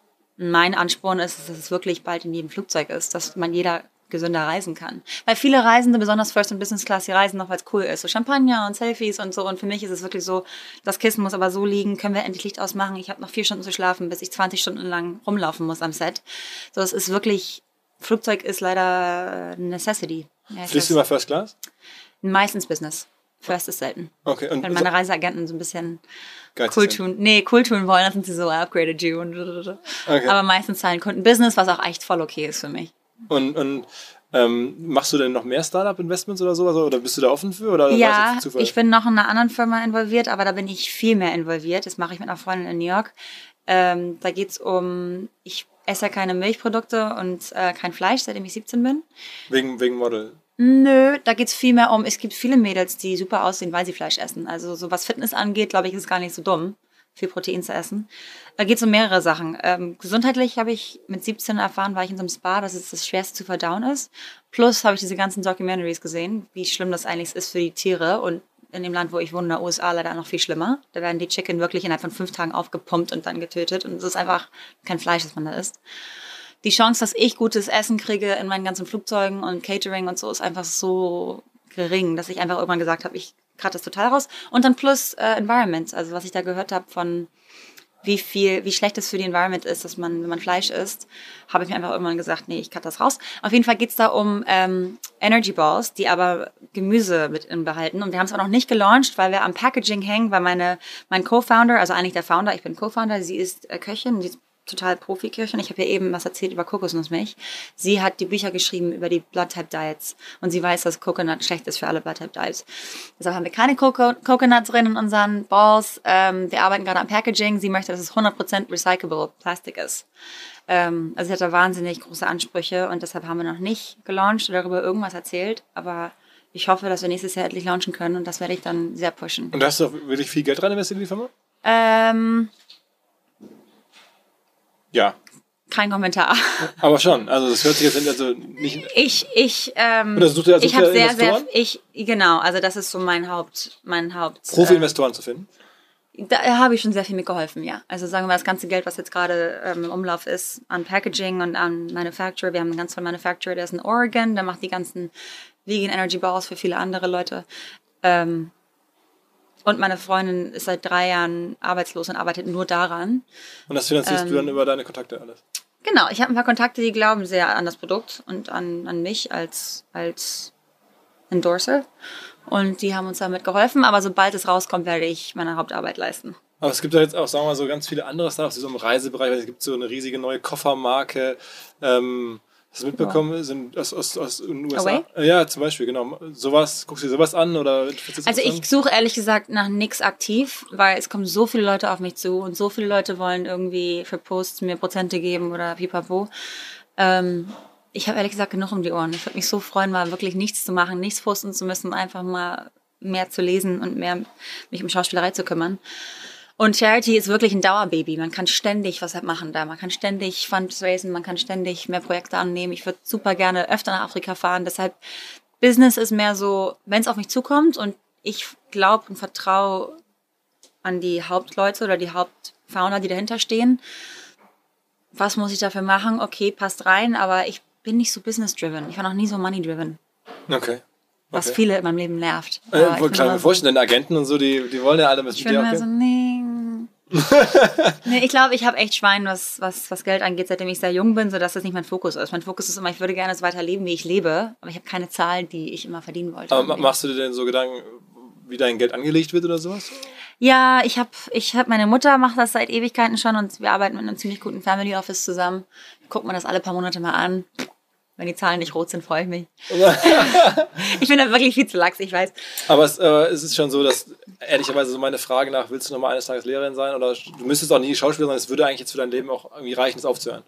mein Ansporn ist, dass es wirklich bald in jedem Flugzeug ist, dass man jeder gesünder reisen kann. Weil viele Reisende, besonders First- und Business-Class, die reisen noch, weil es cool ist. So Champagner und Selfies und so. Und für mich ist es wirklich so, das Kissen muss aber so liegen, können wir endlich Licht ausmachen. Ich habe noch vier Stunden zu schlafen, bis ich zwanzig Stunden lang rumlaufen muss am Set. So, es ist wirklich, Flugzeug ist leider Necessity. Ja, Fliegst du mal First Class? Meistens Business. First ist selten. Okay. Und wenn meine Reiseagenten so ein bisschen cool tun, nee, cool tun wollen, dann sind sie so, I upgraded you. Und okay. Aber meistens zahlen Kunden Business, was auch echt voll okay ist für mich. Und, und ähm, machst du denn noch mehr Startup-Investments oder sowas? Oder bist du da offen für? Oder ja, ich bin noch in einer anderen Firma involviert, aber da bin ich viel mehr involviert. Das mache ich mit einer Freundin in New York. Ähm, da geht's um, ich esse ja keine Milchprodukte und äh, kein Fleisch, seitdem ich siebzehn bin. Wegen, wegen Model? Nö, da geht's viel mehr um, es gibt viele Mädels, die super aussehen, weil sie Fleisch essen. Also so was Fitness angeht, glaube ich, ist es gar nicht so dumm, viel Protein zu essen. Da geht's um mehrere Sachen. Ähm, gesundheitlich habe ich mit siebzehn erfahren, war ich in so einem Spa, dass es das Schwerste zu verdauen ist. Plus habe ich diese ganzen Documentaries gesehen, wie schlimm das eigentlich ist für die Tiere. Und in dem Land, wo ich wohne, in den U S A, leider noch viel schlimmer. Da werden die Chicken wirklich innerhalb von fünf Tagen aufgepumpt und dann getötet. Und es ist einfach kein Fleisch, das man da isst. Die Chance, dass ich gutes Essen kriege in meinen ganzen Flugzeugen und Catering und so, ist einfach so gering, dass ich einfach irgendwann gesagt habe, ich cut das total raus. Und dann plus äh, Environment, also was ich da gehört habe von wie viel, wie schlecht es für die Environment ist, dass man, wenn man Fleisch isst, habe ich mir einfach irgendwann gesagt, nee, ich cut das raus. Auf jeden Fall geht's da um ähm, Energy Balls, die aber Gemüse mit behalten. Und wir haben es auch noch nicht gelauncht, weil wir am Packaging hängen, weil meine mein Co-Founder, also eigentlich der Founder, ich bin Co-Founder, sie ist äh, Köchin, sie ist total Profi-Köchin. Ich habe ja eben was erzählt über Kokosnussmilch. Sie hat die Bücher geschrieben über die Blood-Type-Diets und sie weiß, dass Coconut schlecht ist für alle Blood-Type-Diets. Deshalb haben wir keine Coco- Coconut drin in unseren Balls. Ähm, wir arbeiten gerade am Packaging. Sie möchte, dass es hundert Prozent recyclable Plastik ist. Ähm, also sie hat da wahnsinnig große Ansprüche und deshalb haben wir noch nicht gelauncht oder darüber irgendwas erzählt, aber ich hoffe, dass wir nächstes Jahr endlich launchen können und das werde ich dann sehr pushen. Und da hast du auch wirklich viel Geld rein investiert in die Firma? Ähm... Ja. Kein Kommentar. Aber schon, also das hört sich jetzt also nicht... Ich, ich, ähm, Oder sucht ihr also ich habe sehr, sehr, ich, genau, also das ist so mein Haupt, mein Haupt... Profi-Investoren äh, zu finden? Da habe ich schon sehr viel mitgeholfen, ja. Also sagen wir mal, das ganze Geld, was jetzt gerade ähm, im Umlauf ist, an Packaging und an Manufacturer, wir haben einen ganz tollen Manufacturer, der ist in Oregon, der macht die ganzen Vegan Energy Bars für viele andere Leute. Ähm, Und meine Freundin ist seit drei Jahren arbeitslos und arbeitet nur daran. Und das finanzierst ähm, du dann über deine Kontakte alles? Genau, ich habe ein paar Kontakte, die glauben sehr an das Produkt und an, an mich als, als Endorser. Und die haben uns damit geholfen. Aber sobald es rauskommt, werde ich meine Hauptarbeit leisten. Aber es gibt ja jetzt auch, sagen wir mal, so ganz viele andere Startups, die so im Reisebereich, es gibt so eine riesige neue Koffermarke, ähm, hast du mitbekommen, ja. sind aus, aus, aus den U S A? Away? Ja, zum Beispiel, genau. Sowas, guckst du dir sowas an? Oder also ich suche ehrlich gesagt nach nichts aktiv, weil es kommen so viele Leute auf mich zu und so viele Leute wollen irgendwie für Posts mir Prozente geben oder pipapo. Ähm, ich habe ehrlich gesagt genug um die Ohren. Ich würde mich so freuen, mal wirklich nichts zu machen, nichts posten zu müssen, einfach mal mehr zu lesen und mehr mich um Schauspielerei zu kümmern. Und Charity ist wirklich ein Dauerbaby. Man kann ständig was machen da. Man kann ständig fundraisen, man kann ständig mehr Projekte annehmen. Ich würde super gerne öfter nach Afrika fahren. Deshalb, Business ist mehr so, wenn es auf mich zukommt und ich glaube und vertraue an die Hauptleute oder die Hauptfounder, die dahinter stehen. Was muss ich dafür machen? Okay, passt rein, aber ich bin nicht so business-driven. Ich war noch nie so money-driven. Okay. Was okay. viele in meinem Leben nervt. Äh, ich kann mir vorstellen, deine Agenten und so, die, die wollen ja alle mit dir. Ich bin immer so, nee. nee, ich glaube, ich habe echt Schwein, was, was, was Geld angeht, seitdem ich sehr jung bin, sodass das nicht mein Fokus ist. Mein Fokus ist immer, ich würde gerne so weiter leben, wie ich lebe, aber ich habe keine Zahl, die ich immer verdienen wollte. Aber machst du dir denn so Gedanken, wie dein Geld angelegt wird oder sowas? Ja, ich habe, ich hab, meine Mutter macht das seit Ewigkeiten schon und wir arbeiten mit einem ziemlich guten Family Office zusammen. Guckt man das alle paar Monate mal an. Wenn die Zahlen nicht rot sind, freue ich mich. Ich bin da wirklich viel zu lax, ich weiß. Aber es, äh, es ist schon so, dass ehrlicherweise so meine Frage nach, willst du noch mal eines Tages Lehrerin sein oder du müsstest auch nie Schauspielerin sein, es würde eigentlich jetzt für dein Leben auch irgendwie reichen, das aufzuhören.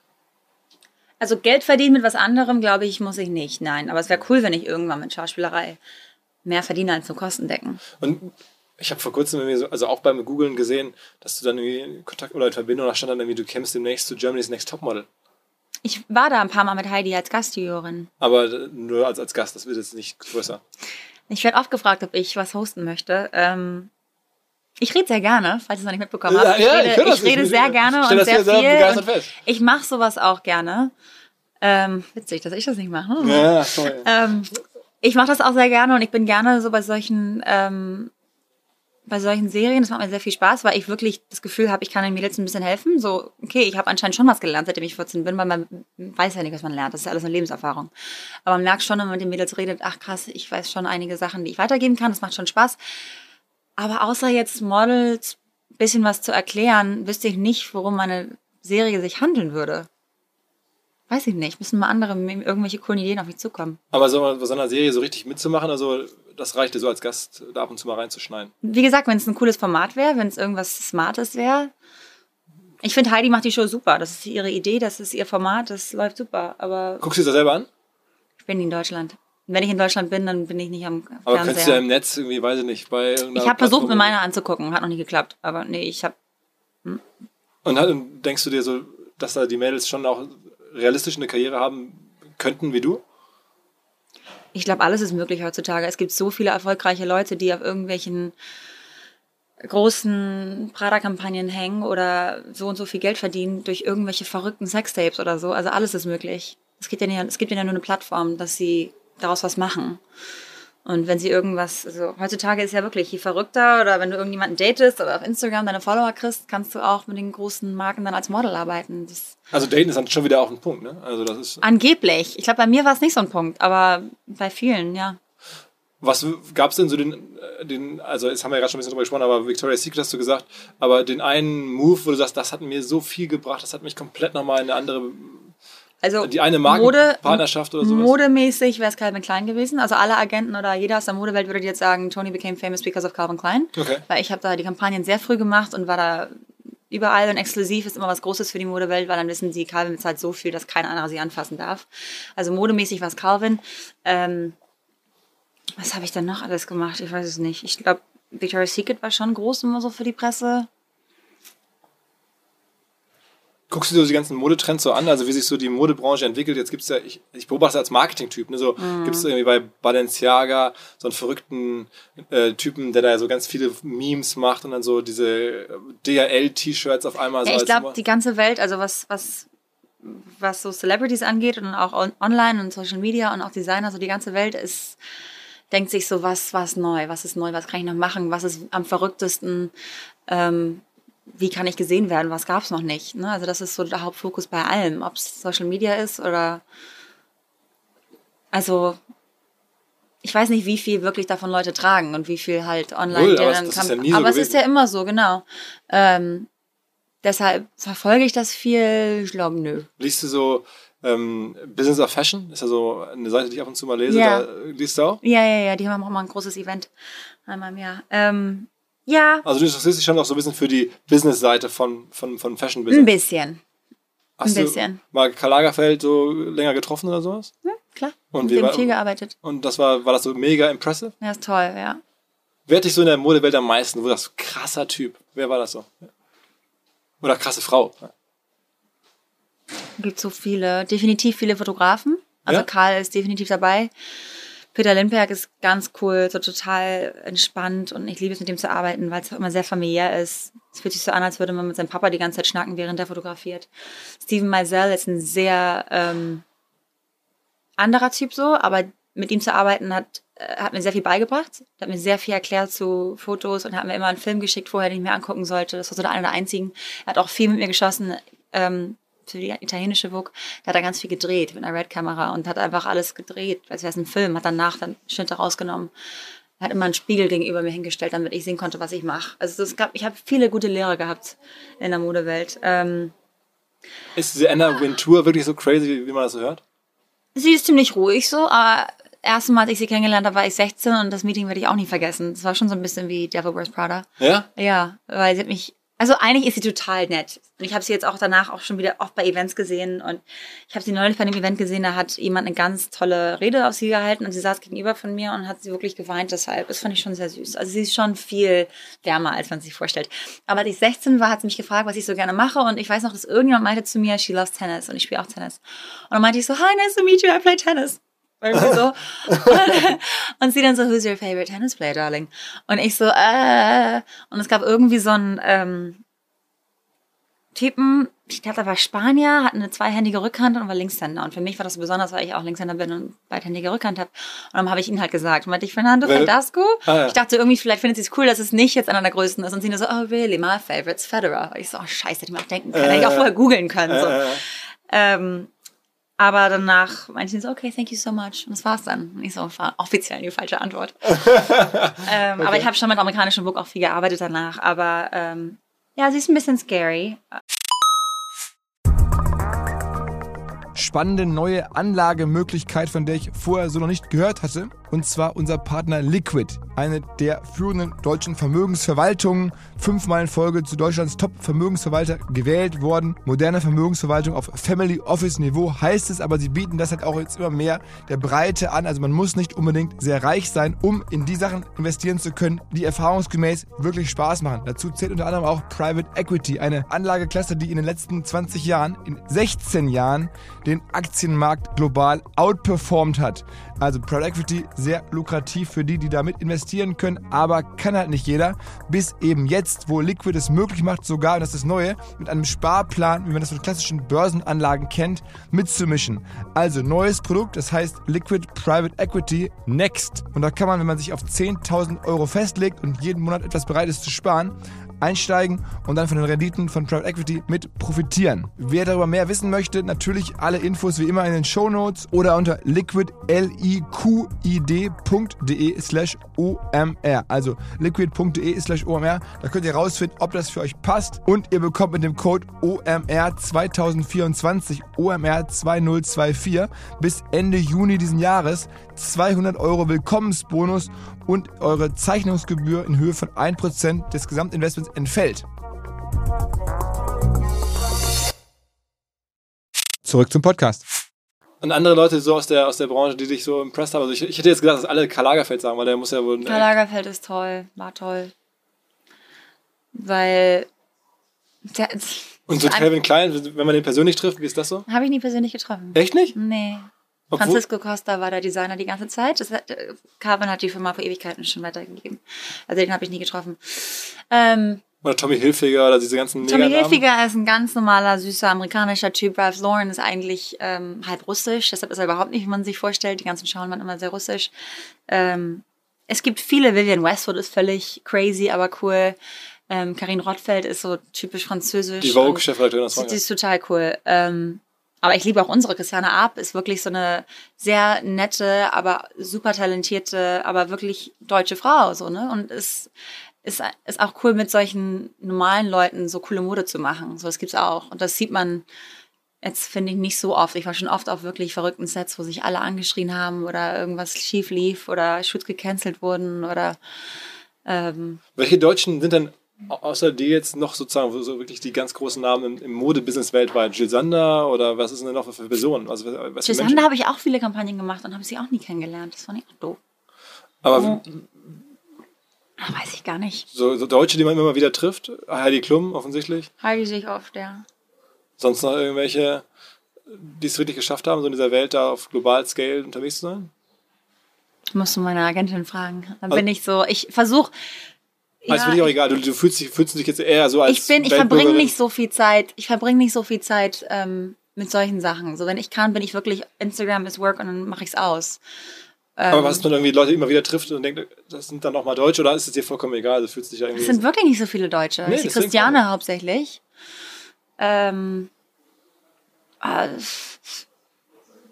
Also Geld verdienen mit was anderem, glaube ich, muss ich nicht, nein. Aber es wäre cool, wenn ich irgendwann mit Schauspielerei mehr verdiene als nur Kosten decken. Und ich habe vor kurzem irgendwie so, also auch beim Googlen gesehen, dass du dann irgendwie in Kontakt oder in Verbindung, da stand dann irgendwie, du kämpfst demnächst zu Germany's Next Topmodel. Ich war da ein paar Mal mit Heidi als Gastjurorin. Aber nur als, als Gast, das wird jetzt nicht größer. Ich werde oft gefragt, ob ich was hosten möchte. Ähm, ich rede sehr gerne, falls ihr es noch nicht mitbekommen habt. Ja, ich ja, rede, ich ich rede sehr gerne ich und sehr sehr viel. Und fest. Ich mache sowas auch gerne. Ähm, witzig, dass ich das nicht mache. Ja, toll. Ähm, ich mache das auch sehr gerne und ich bin gerne so bei solchen... Ähm, bei solchen Serien, das macht mir sehr viel Spaß, weil ich wirklich das Gefühl habe, ich kann den Mädels ein bisschen helfen. So, okay, ich habe anscheinend schon was gelernt, seitdem ich vierzehn bin, weil man weiß ja nicht, was man lernt. Das ist ja alles eine Lebenserfahrung. Aber man merkt schon, wenn man mit den Mädels redet, ach krass, ich weiß schon einige Sachen, die ich weitergeben kann. Das macht schon Spaß. Aber außer jetzt Models ein bisschen was zu erklären, wüsste ich nicht, worum meine Serie sich handeln würde. Weiß ich nicht. Müssen mal andere irgendwelche coolen Ideen auf mich zukommen. Aber so bei so einer Serie so richtig mitzumachen, also das reicht dir so als Gast, da ab und zu mal reinzuschneiden. Wie gesagt, wenn es ein cooles Format wäre, wenn es irgendwas Smartes wäre. Ich finde, Heidi macht die Show super. Das ist ihre Idee, das ist ihr Format, das läuft super. Aber guckst du das selber an? Ich bin in Deutschland. Und wenn ich in Deutschland bin, dann bin ich nicht am Fernseher. Aber könntest du ja im Netz irgendwie, weiß ich nicht, bei Ich habe versucht, mir meine anzugucken, hat noch nie geklappt. Aber nee, ich habe... Hm. Und, und denkst du dir so, dass da die Mädels schon auch realistisch eine Karriere haben könnten wie du? Ich glaube, alles ist möglich heutzutage. Es gibt so viele erfolgreiche Leute, die auf irgendwelchen großen Prada-Kampagnen hängen oder so und so viel Geld verdienen durch irgendwelche verrückten Sextapes oder so. Also alles ist möglich. Es gibt ja, nicht, es gibt ja nur eine Plattform, dass sie daraus was machen. Und wenn sie irgendwas, also heutzutage ist ja wirklich, je verrückter oder wenn du irgendjemanden datest oder auf Instagram deine Follower kriegst, kannst du auch mit den großen Marken dann als Model arbeiten. Das also daten ist dann schon wieder auch ein Punkt, ne? Also das ist angeblich. Ich glaube, bei mir war es nicht so ein Punkt, aber bei vielen, ja. Was gab es denn so den, den, also jetzt haben wir ja gerade schon ein bisschen drüber gesprochen, aber Victoria's Secret hast du gesagt, aber den einen Move, wo du sagst, das hat mir so viel gebracht, das hat mich komplett nochmal in eine andere... Also die eine Markenpartnerschaft oder sowas? Modemäßig wäre es Calvin Klein gewesen. Also alle Agenten oder jeder aus der Modewelt würde jetzt sagen, Tony became famous because of Calvin Klein. Okay. Weil ich habe da die Kampagnen sehr früh gemacht und war da überall und exklusiv ist immer was Großes für die Modewelt, weil dann wissen sie, Calvin bezahlt so viel, dass kein anderer sie anfassen darf. Also modemäßig war es Calvin. Ähm, was habe ich dann noch alles gemacht? Ich weiß es nicht. Ich glaube, Victoria's Secret war schon groß immer so für die Presse. Guckst du dir so die ganzen Modetrends so an, also wie sich so die Modebranche entwickelt? Jetzt gibt es ja, ich, ich beobachte als Marketing-Typ, ne, so mm. gibt es irgendwie bei Balenciaga so einen verrückten äh, Typen, der da so ganz viele Memes macht und dann so diese D H L-T-Shirts auf einmal. Ja, so ich glaube, die ganze Welt, also was, was, was so Celebrities angeht und auch on- online und Social Media und auch Designer, so die ganze Welt ist, denkt sich so, was, was neu, was ist neu, was kann ich noch machen, was ist am verrücktesten, ähm, wie kann ich gesehen werden, was gab es noch nicht. Ne? Also das ist so der Hauptfokus bei allem, ob es Social Media ist oder... Also ich weiß nicht, wie viel wirklich davon Leute tragen und wie viel halt online... Null, aber das, das ist ja nie so aber gewesen. Es ist ja immer so, genau. Ähm, deshalb verfolge ich das viel, ich glaube, nö. Liest du so ähm, Business of Fashion? Ist ja so eine Seite, die ich ab und zu mal lese. Ja. Da, liest du auch? Ja, ja, ja, die haben auch mal ein großes Event einmal im Jahr. Ähm, Ja. Also du interessierst dich schon auch so ein bisschen für die Business-Seite von, von, von Fashion-Business? Ein bisschen. Hast ein bisschen. du mal Karl Lagerfeld so länger getroffen oder sowas? Ja, klar. Und mit wie dem war, viel gearbeitet. Und das war, war das so mega impressive? Ja, ist toll, ja. Wer hat dich so in der Modewelt am meisten? Wo das so krasser Typ? Wer war das so? Oder krasse Frau? Es gibt so viele, definitiv viele Fotografen. Also Ja? Karl ist definitiv dabei. Peter Lindbergh ist ganz cool, so total entspannt und ich liebe es, mit dem zu arbeiten, weil es auch immer sehr familiär ist. Es fühlt sich so an, als würde man mit seinem Papa die ganze Zeit schnacken, während er fotografiert. Steven Meisel ist ein sehr ähm, anderer Typ so, aber mit ihm zu arbeiten hat, äh, hat mir sehr viel beigebracht. Hat mir sehr viel erklärt zu Fotos und hat mir immer einen Film geschickt, vorher, den ich mir angucken sollte. Das war so der eine der einzigen. Er hat auch viel mit mir geschossen, ähm, für die italienische Vogue, da hat er ganz viel gedreht mit einer Red-Kamera und hat einfach alles gedreht, als wäre es ein Film, hat danach dann Schnitte rausgenommen. Er hat immer einen Spiegel gegenüber mir hingestellt, damit ich sehen konnte, was ich mache. Also es gab, ich habe viele gute Lehrer gehabt in der Modewelt. Ähm, ist diese Anna Wintour wirklich so crazy, wie man das so hört? Sie ist ziemlich ruhig so, aber erste Mal, als ich sie kennengelernt habe, war ich sechzehn und das Meeting werde ich auch nie vergessen. Das war schon so ein bisschen wie Devil Wears Prada. Ja? Ja, weil sie hat mich, also eigentlich ist sie total nett. Und ich habe sie jetzt auch danach auch schon wieder oft bei Events gesehen und ich habe sie neulich bei einem Event gesehen, da hat jemand eine ganz tolle Rede auf sie gehalten und sie saß gegenüber von mir und hat sie wirklich geweint deshalb. Das fand ich schon sehr süß. Also sie ist schon viel wärmer, als man sich vorstellt. Aber als ich sechzehn war, hat sie mich gefragt, was ich so gerne mache und ich weiß noch, dass irgendjemand meinte zu mir, she loves tennis und ich spiele auch Tennis. Und dann meinte ich so, hi, nice to meet you, I play tennis. Irgendwie so. Und, und sie dann so, who's your favorite tennis player, darling? Und ich so, äh. Und es gab irgendwie so einen ähm, Typen, ich glaube, der war Spanier, hat eine zweihändige Rückhand und war Linkshänder. Und für mich war das so besonders, weil ich auch Linkshänder bin und beidhändige Rückhand habe. Und dann habe ich ihn halt gesagt, meinte ich, Fernando Verdasco? Ah, ja. Ich dachte irgendwie, vielleicht findet sie es cool, dass es nicht jetzt einer der Größten ist. Und sie nur so, oh really, my favorite's Federer. Und ich so, oh scheiße, hätte ich mir auch denken können. Äh, hätte ich auch vorher googeln können. So. Äh, ähm, Aber danach meinte sie so, okay, thank you so much. Und das war's dann. Und ich so, war offiziell die falsche Antwort. ähm, okay. Aber ich habe schon mit amerikanischem Book auch viel gearbeitet danach. Aber ähm, ja, sie ist ein bisschen scary. Spannende neue Anlagemöglichkeit, von der ich vorher so noch nicht gehört hatte. Und zwar unser Partner Liquid, eine der führenden deutschen Vermögensverwaltungen. Fünfmal in Folge zu Deutschlands Top-Vermögensverwalter gewählt worden. Moderne Vermögensverwaltung auf Family-Office-Niveau heißt es, aber sie bieten das halt auch jetzt immer mehr der Breite an. Also man muss nicht unbedingt sehr reich sein, um in die Sachen investieren zu können, die erfahrungsgemäß wirklich Spaß machen. Dazu zählt unter anderem auch Private Equity, eine Anlageklasse, die in den letzten zwanzig Jahren, in sechzehn Jahren, den Aktienmarkt global outperformt hat. Also Private Equity sehr lukrativ für die, die damit investieren können, aber kann halt nicht jeder. Bis eben jetzt, wo Liquid es möglich macht, sogar, und das ist das Neue, mit einem Sparplan, wie man das von klassischen Börsenanlagen kennt, mitzumischen. Also neues Produkt, das heißt Liquid Private Equity Next. Und da kann man, wenn man sich auf zehntausend Euro festlegt und jeden Monat etwas bereit ist zu sparen, einsteigen und dann von den Renditen von Private Equity mit profitieren. Wer darüber mehr wissen möchte, natürlich alle Infos wie immer in den Shownotes oder unter liquid, L I Q I D Punkt D E slash O M R. Also liquid Punkt D E slash O M R. Da könnt ihr rausfinden, ob das für euch passt und ihr bekommt mit dem Code O M R zwanzig vierundzwanzig, O M R zwanzig vierundzwanzig bis Ende Juni diesen Jahres zweihundert Euro Willkommensbonus und eure Zeichnungsgebühr in Höhe von ein Prozent des Gesamtinvestments entfällt. Zurück zum Podcast. Und andere Leute so aus der, aus der Branche, die dich so impressed haben. Also ich, ich hätte jetzt gedacht, dass alle Karl Lagerfeld sagen, weil der muss ja wohl... Karl Lagerfeld ist toll, war toll. Weil... Der, und so Calvin Klein, wenn man den persönlich trifft, wie ist das so? Habe ich nie persönlich getroffen. Echt nicht? Nee. Obwohl? Francisco Costa war der Designer die ganze Zeit. Das hat, Calvin hat die Firma vor Ewigkeiten schon weitergegeben. Also den habe ich nie getroffen. Ähm, oder Tommy Hilfiger oder diese ganzen Tommy Hilfiger ist ein ganz normaler, süßer amerikanischer Typ. Ralph Lauren ist eigentlich ähm, halb russisch. Deshalb ist er überhaupt nicht, wie man sich vorstellt. Die ganzen Schauen waren immer sehr russisch. Ähm, es gibt viele. Vivienne Westwood ist völlig crazy, aber cool. Ähm, Karine Rothfeld ist so typisch französisch. Die Vogue-Chefredakteurin. Die ist total cool. Ähm, Aber ich liebe auch unsere. Christiane Arp ist wirklich so eine sehr nette, aber super talentierte, aber wirklich deutsche Frau. So, ne? Und es ist, ist auch cool, mit solchen normalen Leuten so coole Mode zu machen. So, das gibt's auch. Und das sieht man jetzt, finde ich, nicht so oft. Ich war schon oft auf wirklich verrückten Sets, wo sich alle angeschrien haben oder irgendwas schief lief oder Shoots gecancelt wurden oder ähm Welche Deutschen sind denn außer die jetzt noch sozusagen so wirklich die ganz großen Namen im, im Modebusiness weltweit? Jill Sander oder was ist denn noch für Personen? Also, was Jill Sander habe ich auch viele Kampagnen gemacht und habe sie auch nie kennengelernt. Das fand ich auch doof. Aber oh. Ach, weiß ich gar nicht. So, so Deutsche, die man immer mal wieder trifft? Heidi Klum offensichtlich? Heidi sehe ich oft, ja. Sonst noch irgendwelche, die es wirklich geschafft haben, so in dieser Welt da auf global Scale unterwegs zu sein? Musst du meine Agentin fragen. Dann also, bin ich so, ich versuche... Ja, ist für dich auch egal. Du, du fühlst dich, fühlst dich jetzt eher so als Ich bin, ich verbringe nicht so viel Zeit. Ich verbringe nicht so viel Zeit ähm, mit solchen Sachen. So, wenn ich kann, bin ich wirklich Instagram is work und dann mache ich es aus. Ähm, Aber was man irgendwie Leute immer wieder trifft und denkt, das sind dann auch mal Deutsche, oder ist es dir vollkommen egal? Du fühlst dich ja irgendwie. Es sind wirklich nicht so viele Deutsche. Nee, es ist die Christiane hauptsächlich. Ähm, äh,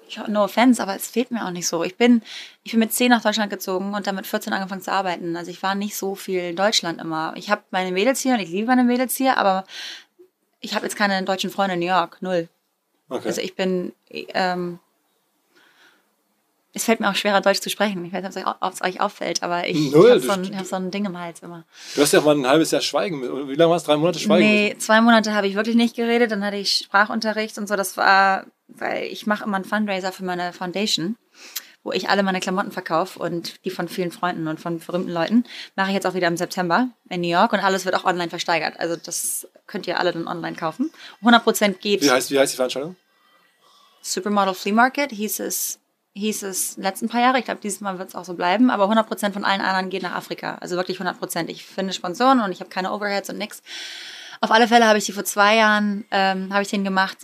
no offense, aber es fehlt mir auch nicht so. Ich bin, ich bin mit zehn nach Deutschland gezogen und dann mit vierzehn angefangen zu arbeiten. Also ich war nicht so viel in Deutschland immer. Ich habe meine Mädels hier und ich liebe meine Mädels hier, aber ich habe jetzt keine deutschen Freunde in New York. Null. Okay. Also ich bin, ähm, es fällt mir auch schwerer, Deutsch zu sprechen. Ich weiß nicht, ob es euch auffällt, aber ich, ich habe so, hab so ein Ding im Hals immer. Du hast ja mal ein halbes Jahr Schweigen. Wie lange war es? Drei Monate Schweigen? Nee, zwei Monate habe ich wirklich nicht geredet. Dann hatte ich Sprachunterricht und so. Das war, weil ich mache immer einen Fundraiser für meine Foundation, wo ich alle meine Klamotten verkaufe und die von vielen Freunden und von berühmten Leuten. Mache ich jetzt auch wieder im September in New York und alles wird auch online versteigert. Also das könnt ihr alle dann online kaufen. hundert Prozent geht... Wie heißt, wie heißt die Veranstaltung? Supermodel Flea Market hieß es hieß es letzten paar Jahre. Ich glaube, dieses Mal wird es auch so bleiben. Aber hundert Prozent von allen anderen geht nach Afrika. Also wirklich hundert Prozent. Ich finde Sponsoren und ich habe keine Overheads und nix. Auf alle Fälle habe ich die vor zwei Jahren, ähm, habe ich den gemacht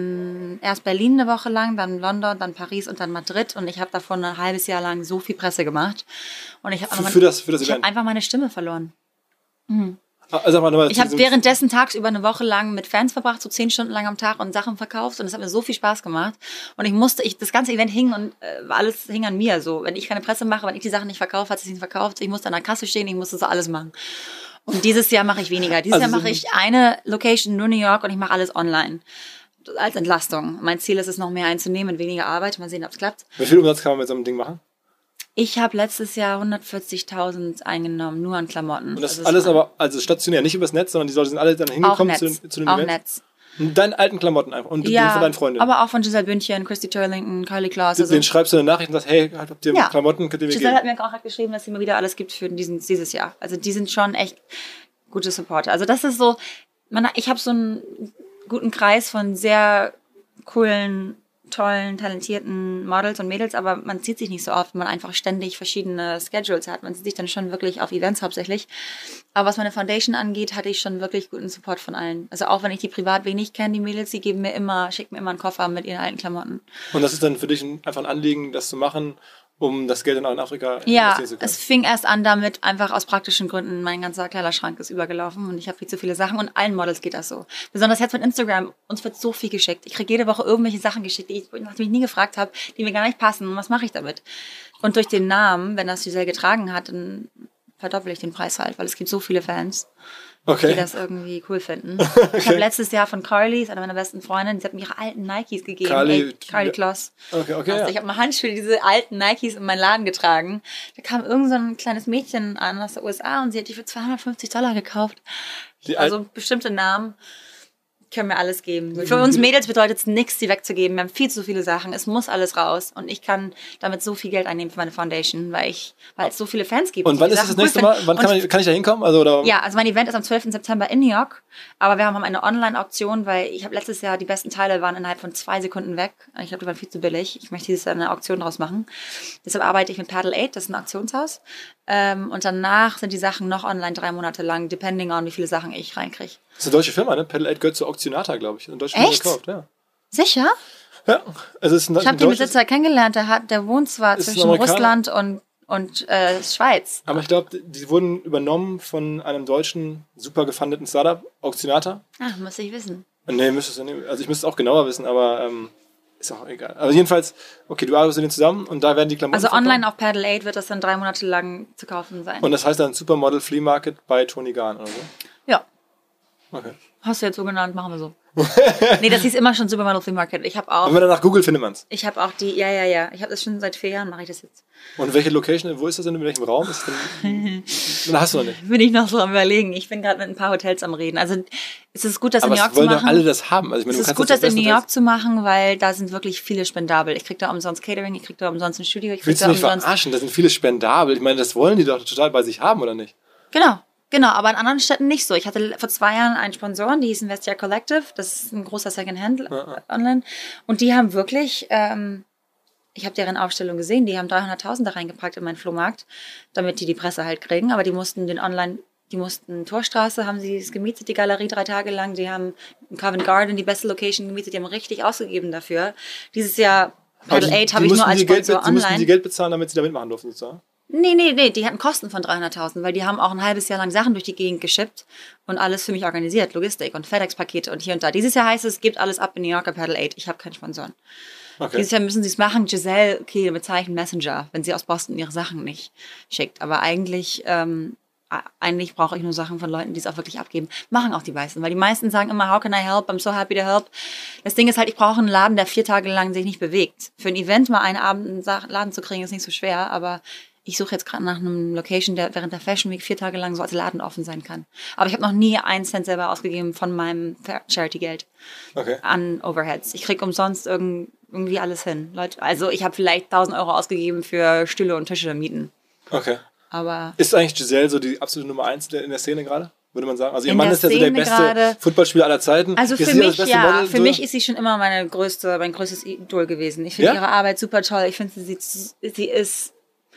in erst Berlin eine Woche lang, dann London, dann Paris und dann Madrid. Und ich habe davon ein halbes Jahr lang so viel Presse gemacht. Und ich habe für, für das, für das ich hab einfach meine Stimme verloren. Mhm. Also mal, ich habe währenddessen tagsüber eine Woche lang mit Fans verbracht, so zehn Stunden lang am Tag und Sachen verkauft und es hat mir so viel Spaß gemacht und ich musste, ich das ganze Event hing und äh, alles hing an mir, so wenn ich keine Presse mache, wenn ich die Sachen nicht verkaufe, hat es nicht verkauft, ich musste an der Kasse stehen, ich musste so alles machen und dieses Jahr mache ich weniger, dieses also Jahr mache ich eine Location, nur New York und ich mache alles online als Entlastung. Mein Ziel ist es, noch mehr einzunehmen mit weniger Arbeit, mal sehen, ob es klappt. Wie viel Umsatz kann man mit so einem Ding machen? Ich habe letztes Jahr hundertvierzigtausend eingenommen, nur an Klamotten. Und das, das alles aber, also stationär, nicht übers Netz, sondern die Leute sind alle dann hingekommen zu den, zu den auch Events? Netz. Und deinen alten Klamotten einfach und ja, die von deinen Freundinnen? Aber auch von Giselle Bündchen, Christy Turlington, Carly Claus. Den, den schreibst du eine Nachricht und sagst, hey, habt ihr ja. Klamotten, könnt ihr mir Giselle geben? hat mir auch gerade geschrieben, dass sie mir wieder alles gibt für diesen, dieses Jahr. Also die sind schon echt gute Supporter. Also das ist so, man, ich habe so einen guten Kreis von sehr coolen, tollen, talentierten Models und Mädels, aber man sieht sich nicht so oft, wenn man einfach ständig verschiedene Schedules hat. Man sieht sich dann schon wirklich auf Events hauptsächlich. Aber was meine Foundation angeht, hatte ich schon wirklich guten Support von allen. Also auch wenn ich die privat wenig kenne, die Mädels, die geben mir immer, schicken mir immer einen Koffer mit ihren alten Klamotten. Und das ist dann für dich einfach ein Anliegen, das zu machen, um das Geld dann auch in Afrika ja, investieren zu können? Es fing erst an damit, einfach aus praktischen Gründen, mein ganzer Kleiderschrank ist übergelaufen und ich habe viel zu viele Sachen und allen Models geht das so. Besonders jetzt von Instagram, uns wird so viel geschickt. Ich kriege jede Woche irgendwelche Sachen geschickt, die ich, die ich mich nie gefragt habe, die mir gar nicht passen. Und was mache ich damit? Und durch den Namen, wenn das Giselle getragen hat, dann verdoppel ich den Preis halt, weil es gibt so viele Fans. Okay. Die das irgendwie cool finden. Okay. Ich habe letztes Jahr von Carly, ist eine meiner besten Freundinnen, sie hat mir ihre alten Nikes gegeben. Carly, Ey, Carly Kloss. Okay, okay. Also, ja. Ich habe mal Handschuhe, diese alten Nikes in meinen Laden getragen. Da kam irgend so ein kleines Mädchen an aus den U S A und sie hat die für zweihundertfünfzig Dollar gekauft. Die also bestimmte Namen können mir alles geben. Für uns Mädels bedeutet es nichts, die wegzugeben. Wir haben viel zu viele Sachen. Es muss alles raus. Und ich kann damit so viel Geld einnehmen für meine Foundation, weil ich, weil es so viele Fans gibt. Und wann ist das das nächste Mal? Wann kann, man, kann ich da hinkommen? Also, oder? Ja, also mein Event ist am zwölften September in New York. Aber wir haben eine Online-Auktion, weil ich habe letztes Jahr, die besten Teile waren innerhalb von zwei Sekunden weg. Ich glaube, die waren viel zu billig. Ich möchte dieses Jahr eine Auktion draus machen. Deshalb arbeite ich mit Paddle Aid, das ist ein Auktionshaus. Ähm, und danach sind die Sachen noch online drei Monate lang, depending on wie viele Sachen ich reinkriege. Das ist eine deutsche Firma, ne? Paddle Aid gehört zu Auktionata, glaube ich. In Deutschland Echt? Gekauft, ja. Sicher? Ja. Also es ist ein, ich habe den Besitzer kennengelernt, der, hat, der wohnt zwar zwischen Russland und, und äh, Schweiz. Aber ich glaube, die wurden übernommen von einem deutschen, super gefundeten Startup, Auktionata. Ach, muss ich wissen. Nee, müsstest du nicht. Also ich müsste es auch genauer wissen, aber ähm, ist auch egal. Aber jedenfalls, okay, du arbeitest mit denen zusammen und da werden die Klamotten Also online verkauft. Auf Paddle Aid wird das dann drei Monate lang zu kaufen sein. Und das heißt dann Supermodel Flea Market bei Tony Garn oder so? Ja. Okay. Hast du jetzt so genannt, machen wir so. Nee, das hieß immer schon Supermodel Flea Market. Ich habe auch. Wenn man danach googelt, findet man es. Ich habe auch die, ja, ja, ja. Ich habe das schon seit vier Jahren, mache ich das jetzt. Und welche Location, wo ist das denn, in welchem Raum? Ist das denn, dann hast du noch nicht. Bin ich noch so am Überlegen. Ich bin gerade mit ein paar Hotels am Reden. Also es ist gut, das Aber in New York zu machen. Aber wollen doch alle das haben. Also, ich meine, es ist gut, das in New York zu machen, weil da sind wirklich viele spendabel. Ich kriege da umsonst Catering, ich kriege da umsonst ein Studio, ich kriege da umsonst... Willst du mich verarschen? Da sind viele spendabel. Ich meine, das wollen die doch total bei sich haben, oder nicht? Genau. Genau, aber in anderen Städten nicht so. Ich hatte vor zwei Jahren einen Sponsoren, die hießen Vestia Collective. Das ist ein großer Secondhand ja. online. Und die haben wirklich, ähm, ich habe deren Aufstellung gesehen, die haben dreihunderttausend da reingepackt in meinen Flohmarkt, damit die die Presse halt kriegen. Aber die mussten den online, die mussten Torstraße, haben sie es gemietet, die Galerie drei Tage lang. Die haben in Covent Garden die beste Location gemietet, die haben richtig ausgegeben dafür. Dieses Jahr Paddle Aid habe ich nur als Sponsor Geld, online. Sie mussten die Geld bezahlen, damit sie da mitmachen durften, sozusagen? Nee, nee, nee, die hatten Kosten von dreihunderttausend, weil die haben auch ein halbes Jahr lang Sachen durch die Gegend geschippt und alles für mich organisiert, Logistik und FedEx-Pakete und hier und da. Dieses Jahr heißt es, gebt alles ab in New Yorker Paddle Aid. Ich habe keinen Sponsoren. Okay. Dieses Jahr müssen sie es machen. Giselle, okay, bezeichnen Messenger, wenn sie aus Boston ihre Sachen nicht schickt. Aber eigentlich, ähm, eigentlich brauche ich nur Sachen von Leuten, die es auch wirklich abgeben. Machen auch die meisten, weil die meisten sagen immer, how can I help? I'm so happy to help. Das Ding ist halt, ich brauche einen Laden, der vier Tage lang sich nicht bewegt. Für ein Event mal einen Abend einen Laden zu kriegen, ist nicht so schwer, aber ich suche jetzt gerade nach einem Location, der während der Fashion Week vier Tage lang so als Laden offen sein kann. Aber ich habe noch nie einen Cent selber ausgegeben von meinem Charity-Geld okay. an Overheads. Ich kriege umsonst irgend, irgendwie alles hin. Leute, also ich habe vielleicht tausend Euro ausgegeben für Stühle und Tische mieten. Okay. Aber ist eigentlich Giselle so die absolute Nummer eins in der Szene gerade? Würde man sagen. Also ihr Mann ist ja so der beste Footballspieler aller Zeiten. Also für mich, ja. Model, für so? mich ist sie schon immer meine größte, mein größtes Idol gewesen. Ich finde ja? ihre Arbeit super toll. Ich finde, sie, sie ist...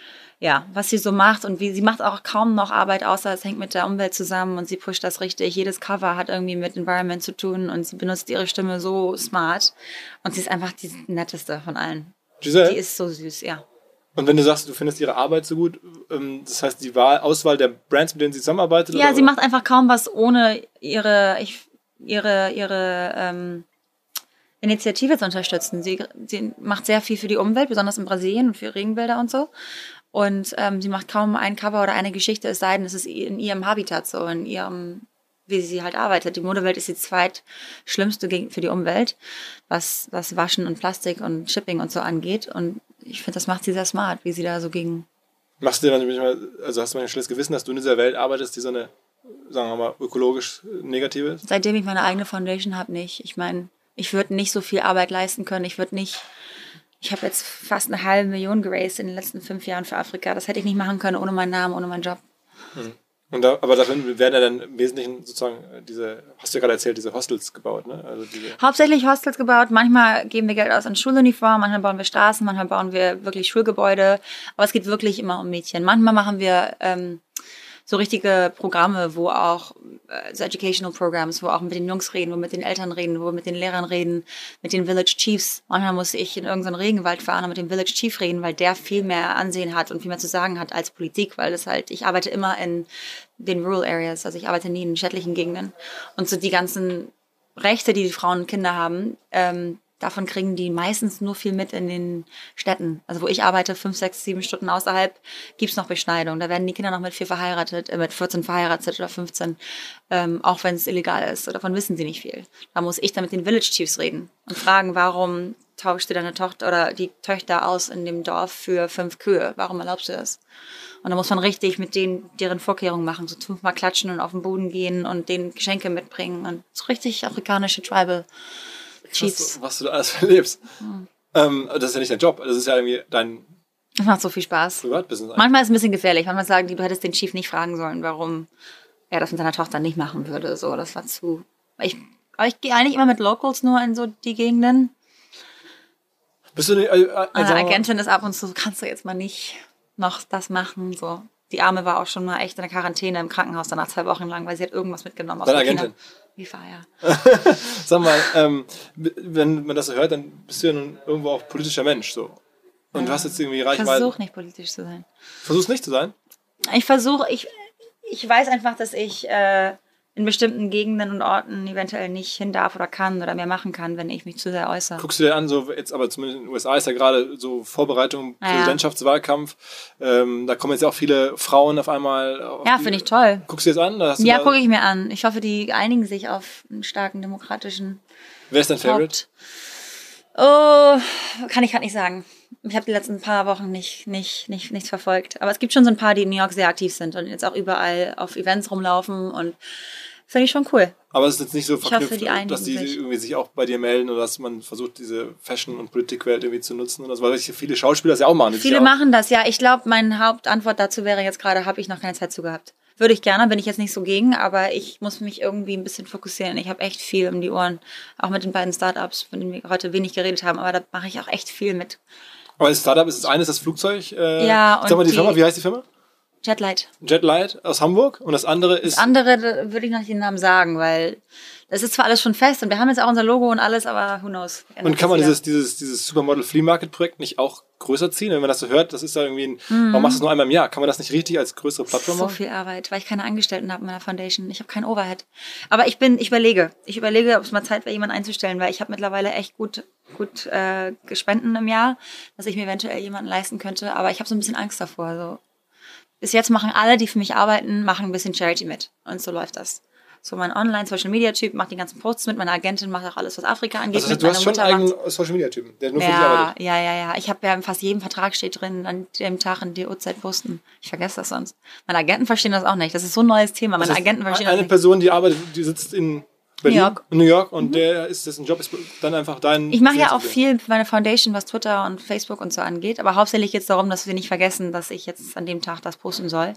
Ja, was sie so macht und wie sie macht auch kaum noch Arbeit, außer es hängt mit der Umwelt zusammen und sie pusht das richtig. Jedes Cover hat irgendwie mit Environment zu tun und sie benutzt ihre Stimme so smart und sie ist einfach die netteste von allen. Giselle? Die ist so süß, ja. Und wenn du sagst, du findest ihre Arbeit so gut, das heißt die Wahl, Auswahl der Brands, mit denen sie zusammenarbeitet? Ja, oder? sie macht einfach kaum was ohne ihre, ich, ihre, ihre ähm, Initiative zu unterstützen. Sie, sie macht sehr viel für die Umwelt, besonders in Brasilien und für Regenwälder und so. Und ähm, sie macht kaum ein Cover oder eine Geschichte, es sei denn, es ist in ihrem Habitat so, in ihrem, wie sie halt arbeitet. Die Modewelt ist die zweitschlimmste für die Umwelt, was, was Waschen und Plastik und Shipping und so angeht. Und ich finde, das macht sie sehr smart, wie sie da so gegen... Machst du dir manchmal, also hast du manchmal ein schlechtes Gewissen, dass du in dieser Welt arbeitest, die so eine, sagen wir mal, ökologisch negative ist? Seitdem ich meine eigene Foundation habe, nicht. Ich meine, ich würde nicht so viel Arbeit leisten können. Ich würde nicht... Ich habe jetzt fast eine halbe Million geraced in den letzten fünf Jahren für Afrika. Das hätte ich nicht machen können ohne meinen Namen, ohne meinen Job. Hm. Und da, aber dafür werden ja dann im Wesentlichen sozusagen diese, hast du ja gerade erzählt, diese Hostels gebaut, ne? Also diese Hauptsächlich Hostels gebaut. Manchmal geben wir Geld aus an Schuluniformen, manchmal bauen wir Straßen, manchmal bauen wir wirklich Schulgebäude. Aber es geht wirklich immer um Mädchen. Manchmal machen wir ähm, so richtige Programme, wo auch äh, so Educational Programs, wo auch mit den Jungs reden, wo mit den Eltern reden, wo mit den Lehrern reden, mit den Village Chiefs. Manchmal muss ich in irgendeinen Regenwald fahren und mit dem Village Chief reden, weil der viel mehr Ansehen hat und viel mehr zu sagen hat als Politik, weil das halt, ich arbeite immer in den Rural Areas, also ich arbeite nie in städtlichen Gegenden. Und so die ganzen Rechte, die die Frauen und Kinder haben, ähm, davon kriegen die meistens nur viel mit in den Städten. Also wo ich arbeite, fünf, sechs, sieben Stunden außerhalb, gibt's noch Beschneidung. Da werden die Kinder noch mit vier verheiratet, äh, mit vierzehn verheiratet oder fünfzehn, ähm, auch wenn es illegal ist. So, davon wissen sie nicht viel. Da muss ich dann mit den Village Chiefs reden und fragen, warum tauschst du deine Tochter oder die Töchter aus in dem Dorf für fünf Kühe? Warum erlaubst du das? Und da muss man richtig mit denen deren Vorkehrungen machen, so fünfmal klatschen und auf den Boden gehen und denen Geschenke mitbringen und so richtig afrikanische Tribal Chiefs. Was, was du da alles erlebst. Hm. Ähm, das ist ja nicht dein Job, das ist ja irgendwie dein... Das macht so viel Spaß. Privatbusiness. Manchmal ist es ein bisschen gefährlich. Manchmal sagen die, du hättest den Chief nicht fragen sollen, warum er das mit seiner Tochter nicht machen würde. So, das war zu... Ich, aber ich gehe eigentlich immer mit Locals nur in so die Gegenden. Bist du nicht... Also, Eine Agentin ist ab und zu, kannst du jetzt mal nicht noch das machen, so... Die Arme war auch schon mal echt in der Quarantäne im Krankenhaus, danach zwei Wochen lang, weil sie hat irgendwas mitgenommen aus Deine Agentin? Wie Feier. Sag mal, ähm, wenn man das so hört, dann bist du ja nun irgendwo auch politischer Mensch. So. Und ja. Du hast jetzt irgendwie Reichweite. Ich versuche nicht politisch zu sein. Versuchst nicht zu sein? Ich versuche, ich, ich weiß einfach, dass ich äh, in bestimmten Gegenden und Orten eventuell nicht hin darf oder kann oder mehr machen kann, wenn ich mich zu sehr äußere. Guckst du dir an, so jetzt aber zumindest in den U S A ist ja gerade so Vorbereitung, naja. Präsidentschaftswahlkampf, ähm, da kommen jetzt ja auch viele Frauen auf einmal. Auf ja, finde ich toll. Guckst du dir das an? Da hast du ja, gucke ich mir an. Ich hoffe, die einigen sich auf einen starken demokratischen Wer ist dein Favorite? Oh, kann ich gerade nicht sagen. Ich habe die letzten paar Wochen nicht, nicht, nicht, nichts verfolgt. Aber es gibt schon so ein paar, die in New York sehr aktiv sind und jetzt auch überall auf Events rumlaufen und finde ich schon cool. Aber es ist jetzt nicht so verknüpft, hoffe, die dass die sich. irgendwie sich auch bei dir melden oder dass man versucht, diese Fashion- und Politikwelt irgendwie zu nutzen. Und das, weil viele Schauspieler das ja auch machen. Viele ja machen das, ja. Ich glaube, meine Hauptantwort dazu wäre jetzt gerade, habe ich noch keine Zeit zu gehabt. Würde ich gerne, bin ich jetzt nicht so gegen, aber ich muss mich irgendwie ein bisschen fokussieren. Ich habe echt viel um die Ohren, auch mit den beiden Startups, von denen wir heute wenig geredet haben, aber da mache ich auch echt viel mit. Aber das Startup ist das eine, ist das Flugzeug? Äh, ja. Und sag mal die, die Firma, die, wie heißt die Firma? Jetlight. Jetlight aus Hamburg und das andere ist... Das andere da würde ich noch nicht den Namen sagen, weil das ist zwar alles schon fest und wir haben jetzt auch unser Logo und alles, aber who knows. Und kann man dieses, dieses, dieses Supermodel Flea Market Projekt nicht auch größer ziehen? Wenn man das so hört, das ist da irgendwie ein... Mhm. Warum machst du es nur einmal im Jahr? Kann man das nicht richtig als größere Plattform machen? So viel Arbeit, weil ich keine Angestellten habe in meiner Foundation. Ich habe kein Overhead. Aber ich bin, ich überlege. Ich überlege, ob es mal Zeit wäre, jemanden einzustellen, weil ich habe mittlerweile echt gut, gut äh, Spenden im Jahr, dass ich mir eventuell jemanden leisten könnte. Aber ich habe so ein bisschen Angst davor. So. Bis jetzt machen alle, die für mich arbeiten, machen ein bisschen Charity mit. Und so läuft das. So mein Online-Social-Media-Typ macht die ganzen Posts mit. Meine Agentin macht auch alles, was Afrika angeht. Also du hast schon einen eigenen Social-Media-Typen, der nur ja, für dich arbeitet. Ja, ja, ja. Ich habe ja in fast jedem Vertrag steht drin, an dem Tag in der Uhrzeit posten. Ich vergesse das sonst. Meine Agenten verstehen das auch nicht. Das ist so ein neues Thema. Meine also Agenten verstehen das nicht. Eine Person, die arbeitet, die sitzt in Berlin, New York, New York und mhm. der ist, dessen Job ist dann einfach dein... Ich mache ja auch viel für meine Foundation, was Twitter und Facebook und so angeht. Aber hauptsächlich geht es darum, dass wir nicht vergessen, dass ich jetzt an dem Tag das posten soll.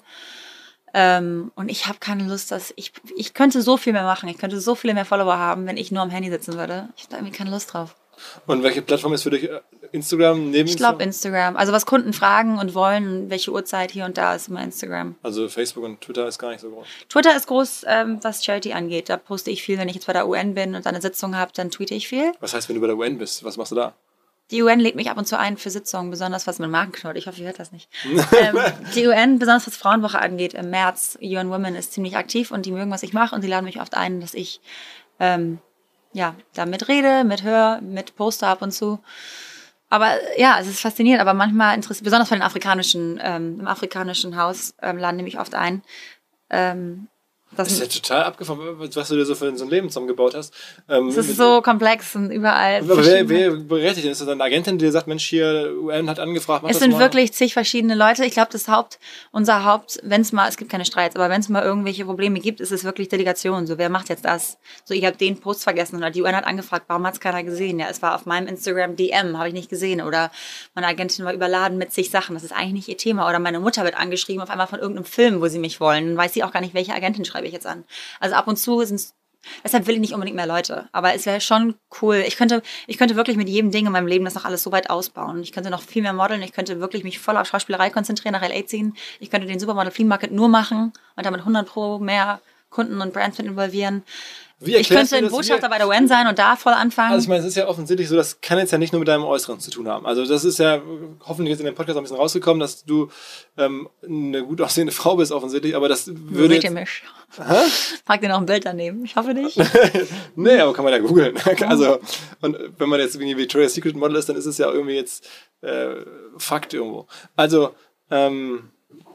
Ähm, und ich habe keine Lust, dass ich ich könnte so viel mehr machen, ich könnte so viele mehr Follower haben, wenn ich nur am Handy sitzen würde. Ich habe da irgendwie keine Lust drauf. Und welche Plattform ist für dich? Instagram neben Ich glaube Instagram. Also was Kunden fragen und wollen, welche Uhrzeit hier und da ist immer Instagram. Also Facebook und Twitter ist gar nicht so groß. Twitter ist groß, ähm, was Charity angeht. Da poste ich viel, wenn ich jetzt bei der U N bin und eine Sitzung habe, dann tweete ich viel. Was heißt, wenn du bei der U N bist? Was machst du da? Die U N lädt mich ab und zu ein für Sitzungen, besonders was mit Markenknot. Ich hoffe, ihr hört das nicht. ähm, die U N, besonders was Frauenwoche angeht, im März, U N Women ist ziemlich aktiv und die mögen, was ich mache und sie laden mich oft ein, dass ich ähm, ja, da mit rede, mit höre, mit poste ab und zu. Aber ja, es ist faszinierend, aber manchmal interessiert, besonders von den afrikanischen, ähm, im afrikanischen Haus ähm, laden die mich oft ein. Ähm, Das ist ja total abgefahren, was du dir so für so ein Leben zusammengebaut hast. Ähm, es ist so komplex und überall. Aber wer, wer berät dich? Ist das eine Agentin, die dir sagt, Mensch, hier, U N hat angefragt, mach Es das sind mal? wirklich zig verschiedene Leute. Ich glaube, das Haupt, unser Haupt, wenn es mal, es gibt keine Streits, aber wenn es mal irgendwelche Probleme gibt, ist es wirklich Delegation. So, wer macht jetzt das? So, ich habe den Post vergessen oder die U N hat angefragt, warum hat es keiner gesehen? Ja, es war auf meinem Instagram D M, habe ich nicht gesehen. Oder meine Agentin war überladen mit zig Sachen. Das ist eigentlich nicht ihr Thema. Oder meine Mutter wird angeschrieben auf einmal von irgendeinem Film, wo sie mich wollen. Dann weiß sie auch gar nicht, welche Agentin schreibe ich jetzt an. Also ab und zu sind es, deshalb will ich nicht unbedingt mehr Leute. Aber es wäre schon cool. Ich könnte, ich könnte wirklich mit jedem Ding in meinem Leben das noch alles so weit ausbauen. Ich könnte noch viel mehr modeln. Ich könnte wirklich mich voll auf Schauspielerei konzentrieren, nach L A ziehen. Ich könnte den Supermodel Flea Market nur machen und damit hundert Pro mehr Kunden und Brands mit involvieren. Wie ich könnte ein Botschafter bei der U N sein und da voll anfangen. Also ich meine, es ist ja offensichtlich so, das kann jetzt ja nicht nur mit deinem Äußeren zu tun haben. Also das ist ja hoffentlich jetzt in dem Podcast auch ein bisschen rausgekommen, dass du ähm, eine gut aussehende Frau bist offensichtlich, aber das würde jetzt... mich. Frag dir noch ein Bild daneben. Ich hoffe nicht. Nee, aber kann man ja googeln. Also, und wenn man jetzt irgendwie Victoria's Secret Model ist, dann ist es ja irgendwie jetzt äh, Fakt irgendwo. Also, ähm,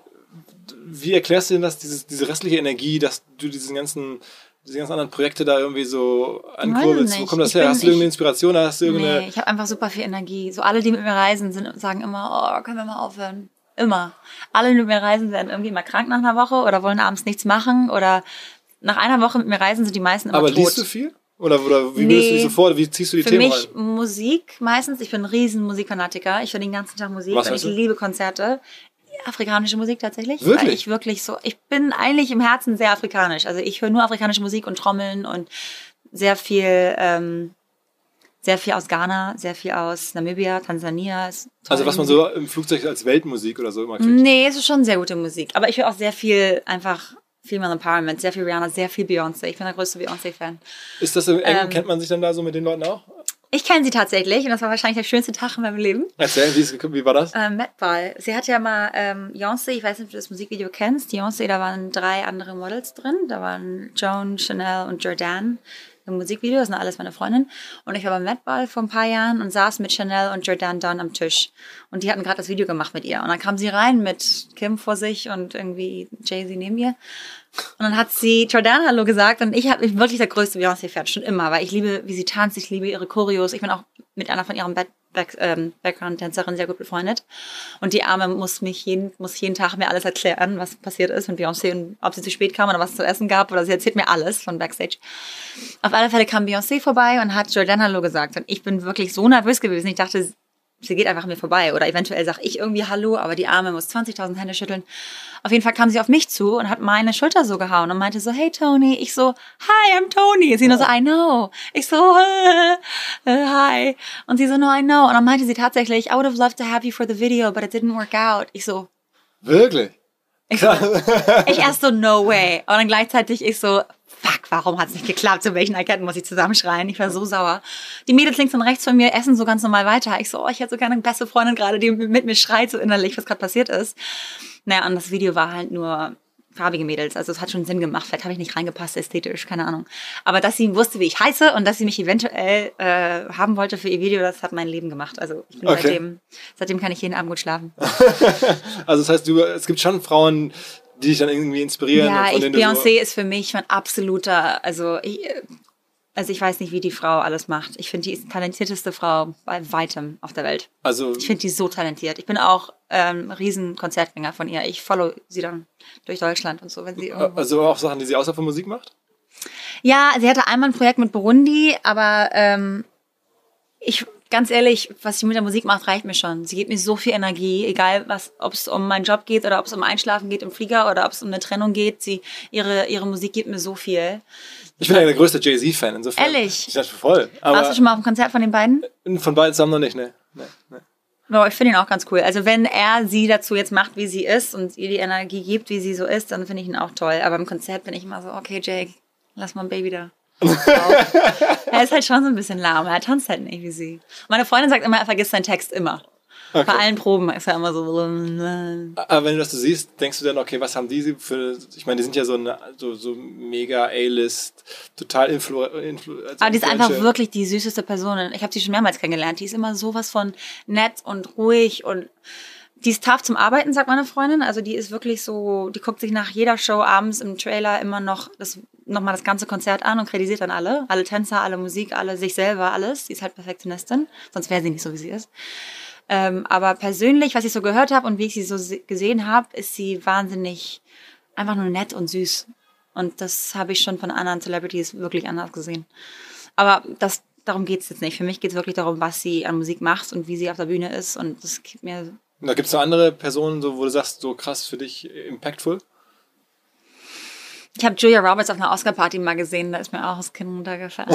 wie erklärst du denn das, dieses, diese restliche Energie, dass du diesen ganzen... diese ganzen anderen Projekte da irgendwie so ankurbelst? Wo kommt das ich her? Bin, hast du irgendeine Inspiration? Hast du irgendeine nee, ich habe einfach super viel Energie. So alle, die mit mir reisen, sind, sagen immer, oh, können wir mal aufhören? Immer. Alle, die mit mir reisen, werden irgendwie mal krank nach einer Woche oder wollen abends nichts machen oder nach einer Woche mit mir reisen sind die meisten immer Aber tot. Aber liest du viel? Oder, oder wie nee. würdest du dich sofort, wie ziehst du die Für Themen mich rein? Musik meistens. Ich bin ein riesen Musikfanatiker. Ich höre den ganzen Tag Musik Was und ich du? liebe Konzerte. Afrikanische Musik tatsächlich. Wirklich? Weil ich wirklich so, ich bin eigentlich im Herzen sehr afrikanisch. Also ich höre nur afrikanische Musik und Trommeln und sehr viel, ähm, sehr viel aus Ghana, sehr viel aus Namibia, Tansania. Also was man so im Flugzeug als Weltmusik oder so immer kriegt? Nee, es ist schon sehr gute Musik. Aber ich höre auch sehr viel einfach Female Empowerment, sehr viel Rihanna, sehr viel Beyoncé. Ich bin der größte Beyoncé-Fan. Ist das so eng? Ähm, Kennt man sich dann da so mit den Leuten auch? Ich kenne sie tatsächlich und das war wahrscheinlich der schönste Tag in meinem Leben. Erzähl, wie, ist, wie war das? Ähm, Met Ball. Sie hat ja mal ähm, Beyoncé, ich weiß nicht, ob du das Musikvideo kennst. Beyoncé, da waren drei andere Models drin. Da waren Joan, Chanel und Jordan im Musikvideo. Das sind alles meine Freundinnen. Und ich war beim Met Ball vor ein paar Jahren und saß mit Chanel und Jordan Dunn am Tisch. Und die hatten gerade das Video gemacht mit ihr. Und dann kam sie rein mit Kim vor sich und irgendwie Jay-Z neben ihr. Und dann hat sie Jordan Hallo gesagt und ich habe wirklich der größte Beyoncé-Fan, schon immer, weil ich liebe, wie sie tanzt, ich liebe ihre Choreos. Ich bin auch mit einer von ihren Back, Back, ähm, Background-Tänzerinnen sehr gut befreundet. Und die Arme muss mich jeden, muss jeden Tag mir alles erklären, was passiert ist mit Beyoncé und ob sie zu spät kam oder was es zu essen gab oder sie erzählt mir alles von Backstage. Auf alle Fälle kam Beyoncé vorbei und hat Jordan Hallo gesagt und ich bin wirklich so nervös gewesen. Ich dachte, sie geht einfach an mir vorbei oder eventuell sage ich irgendwie Hallo, aber die Arme muss zwanzigtausend Hände schütteln. Auf jeden Fall kam sie auf mich zu und hat meine Schulter so gehauen und meinte so, hey Tony. Ich so, hi, I'm Tony. Und sie nur so, I know. Ich so, äh, äh, hi. Und sie so, no, I know. Und dann meinte sie tatsächlich, I would have loved to have you for the video, but it didn't work out. Ich so, wirklich? Ich, so, ich erst so, no way. Und dann gleichzeitig ich so, fuck, warum hat es nicht geklappt? Zu welchen Erketten muss ich zusammenschreien? Ich war so sauer. Die Mädels links und rechts von mir essen so ganz normal weiter. Ich so, oh, ich hätte so gerne eine beste Freundin gerade, die mit mir schreit so innerlich, was gerade passiert ist. Naja, und das Video war halt nur farbige Mädels. Also es hat schon Sinn gemacht. Vielleicht habe ich nicht reingepasst ästhetisch, keine Ahnung. Aber dass sie wusste, wie ich heiße und dass sie mich eventuell äh, haben wollte für ihr Video, das hat mein Leben gemacht. Also ich bin okay. seitdem, seitdem kann ich jeden Abend gut schlafen. Also das heißt, du, es gibt schon Frauen, die dich dann irgendwie inspirieren. Ja, und von ich, Beyoncé so ist für mich mein absoluter, also ich, also ich weiß nicht, wie die Frau alles macht. Ich finde, die ist die talentierteste Frau bei weitem auf der Welt. Also ich finde die so talentiert. Ich bin auch ähm, riesen Konzertgänger von ihr. Ich follow sie dann durch Deutschland und so, wenn sie irgendwo. Also auch Sachen, die sie außer von Musik macht? Ja, sie hatte einmal ein Projekt mit Burundi, aber ähm, ich ganz ehrlich, was sie mit der Musik macht, reicht mir schon. Sie gibt mir so viel Energie, egal was, ob es um meinen Job geht oder ob es um Einschlafen geht im Flieger oder ob es um eine Trennung geht. Sie, ihre, ihre Musik gibt mir so viel. Ich bin ja der größte Jay-Z-Fan, insofern. Ehrlich? Ich dachte, voll. Aber warst du schon mal auf dem Konzert von den beiden? Von beiden zusammen noch nicht, ne. nee, nee. Aber ich finde ihn auch ganz cool. Also wenn er sie dazu jetzt macht, wie sie ist und ihr die Energie gibt, wie sie so ist, dann finde ich ihn auch toll. Aber im Konzert bin ich immer so, okay, Jake, lass mal ein Baby da. Er ist halt schon so ein bisschen lahm. Er tanzt halt nicht wie sie. Meine Freundin sagt immer, er vergisst seinen Text immer. Okay. Bei allen Proben ist er immer so. Aber wenn du das so siehst, denkst du dann, okay, was haben die für. Ich meine, die sind ja so eine so, so mega A-List, total influ, influ also Aber die ist einfach wirklich die süßeste Person. Ich habe sie schon mehrmals kennengelernt. Die ist immer sowas von nett und ruhig und. Die ist tough zum Arbeiten, sagt meine Freundin. Also die ist wirklich so, die guckt sich nach jeder Show abends im Trailer immer noch das, noch mal das ganze Konzert an und kritisiert dann alle. Alle Tänzer, alle Musik, alle sich selber, alles. Die ist halt Perfektionistin. Sonst wäre sie nicht so, wie sie ist. Ähm, aber persönlich, was ich so gehört habe und wie ich sie so gesehen habe, ist sie wahnsinnig einfach nur nett und süß. Und das habe ich schon von anderen Celebrities wirklich anders gesehen. Aber das, darum geht es jetzt nicht. Für mich geht es wirklich darum, was sie an Musik macht und wie sie auf der Bühne ist. Und das gibt mir... Da gibt es noch andere Personen, so, wo du sagst, so krass für dich, impactful? Ich habe Julia Roberts auf einer Oscar-Party mal gesehen, da ist mir auch das Kinn runtergefallen.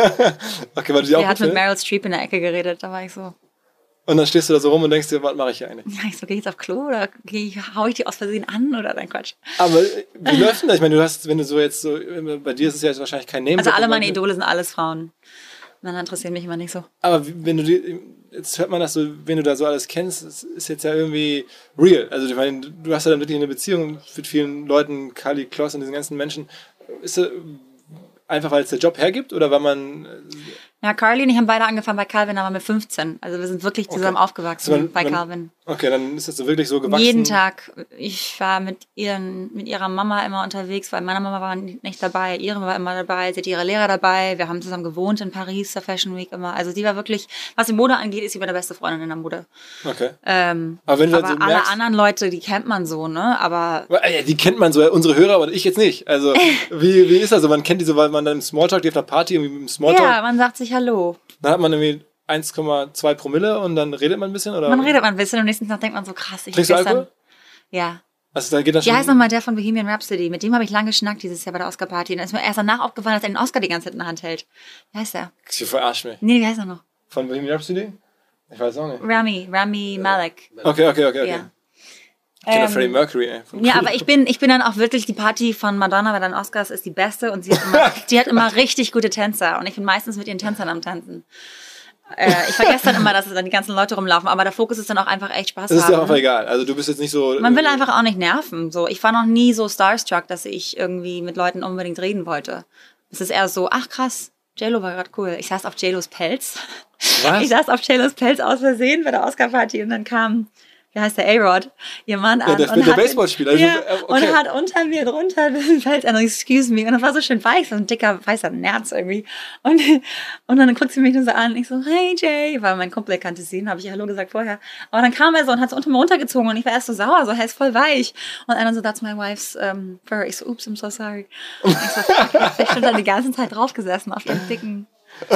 Okay, weil du sie auch Die hat mit Meryl Streep in der Ecke geredet, da war ich so... Und dann stehst du da so rum und denkst dir, was mache ich hier eigentlich? Ja, ich so, geh ich jetzt auf Klo oder ich, hau ich die aus Versehen an oder dein Quatsch? Aber wie läuft denn das? Ich meine, du hast, wenn du so jetzt so, bei dir ist es ja jetzt wahrscheinlich kein Name. Also alle meine Idole sind alles Frauen. Männer interessieren mich immer nicht so. Aber wenn du die, jetzt hört man das so, wenn du da so alles kennst, es ist jetzt ja irgendwie real. Also ich meine, du hast ja dann wirklich eine Beziehung mit vielen Leuten, Kali, Kloss und diesen ganzen Menschen. Ist das einfach, weil es der Job hergibt oder weil man... Ja, Carly und ich haben beide angefangen bei Calvin, aber mit fünfzehn. Also wir sind wirklich zusammen okay. aufgewachsen also man, bei man, Calvin. Okay, dann ist das so wirklich so gewachsen. Jeden Tag. Ich war mit, ihren, mit ihrer Mama immer unterwegs, weil meine Mama war nicht dabei, ihre war immer dabei, sie hatte ihre Lehrer dabei. Wir haben zusammen gewohnt in Paris, der Fashion Week immer. Also die war wirklich, was die Mode angeht, ist sie meine beste Freundin in der Mode. Okay. Ähm, aber wenn du aber so alle merkst, anderen Leute, die kennt man so, ne? Aber ja, die kennt man so, unsere Hörer, aber ich jetzt nicht. Also wie, wie ist das so? Man kennt die so, weil man dann im Smalltalk, die auf einer Party irgendwie im Smalltalk... Ja, man sagt sich Hallo. Dann hat man irgendwie eins Komma zwei Promille und dann redet man ein bisschen? Oder? Man redet man ein bisschen und am nächsten Tag denkt man so, krass. Ich Trinkst du Alkohol? Ja. Also da geht das schon. Wie heißt nochmal der von Bohemian Rhapsody? Mit dem habe ich lange geschnackt dieses Jahr bei der Oscar-Party. Und dann ist mir erst danach aufgefallen, dass er den Oscar die ganze Zeit in der Hand hält. Wie heißt der? Ich verarsch mich. Nee, wie heißt er noch? Von Bohemian Rhapsody? Ich weiß auch nicht. Rami, Rami Malek. Okay, okay, okay. okay. Ja. Ich kenne Ähm, Freddie Mercury, ey. Ja, aber ich bin, ich bin dann auch wirklich, die Party von Madonna bei den Oscars ist die beste und sie hat immer, die hat immer richtig gute Tänzer und ich bin meistens mit ihren Tänzern am Tanzen. Äh, ich vergesse dann immer, dass dann die ganzen Leute rumlaufen, aber der Fokus ist dann auch einfach echt Spaß haben. Das ist haben. ja auch egal, also du bist jetzt nicht so... Man will einfach auch nicht nerven, so. Ich war noch nie so starstruck, dass ich irgendwie mit Leuten unbedingt reden wollte. Es ist eher so, ach krass, J-Lo war gerade cool. Ich saß auf J-Los Pelz. Was? Ich saß auf J-Los Pelz aus Versehen bei der Oscar-Party und dann kam... Wie heißt der A-Rod? Ihr Mann an. Ja, der, und der hat, Baseballspieler. Ja, okay. Und hat unter mir drunter den Feld an, excuse me. Und das war so schön weich, so ein dicker, weißer Nerz irgendwie. Und, und dann guckt sie mich nur so an. Und ich so, hey Jay, weil mein Kumpel kannte sie, und habe ich Hallo gesagt vorher. Aber dann kam er so und hat so unter mir runtergezogen und ich war erst so sauer, so, hey, ist voll weich. Und einer so, that's my wife's um, fur. Ich so, oops, I'm so sorry. Und ich so, fuck, ich hab bestimmt dann die ganze Zeit drauf gesessen auf dem dicken...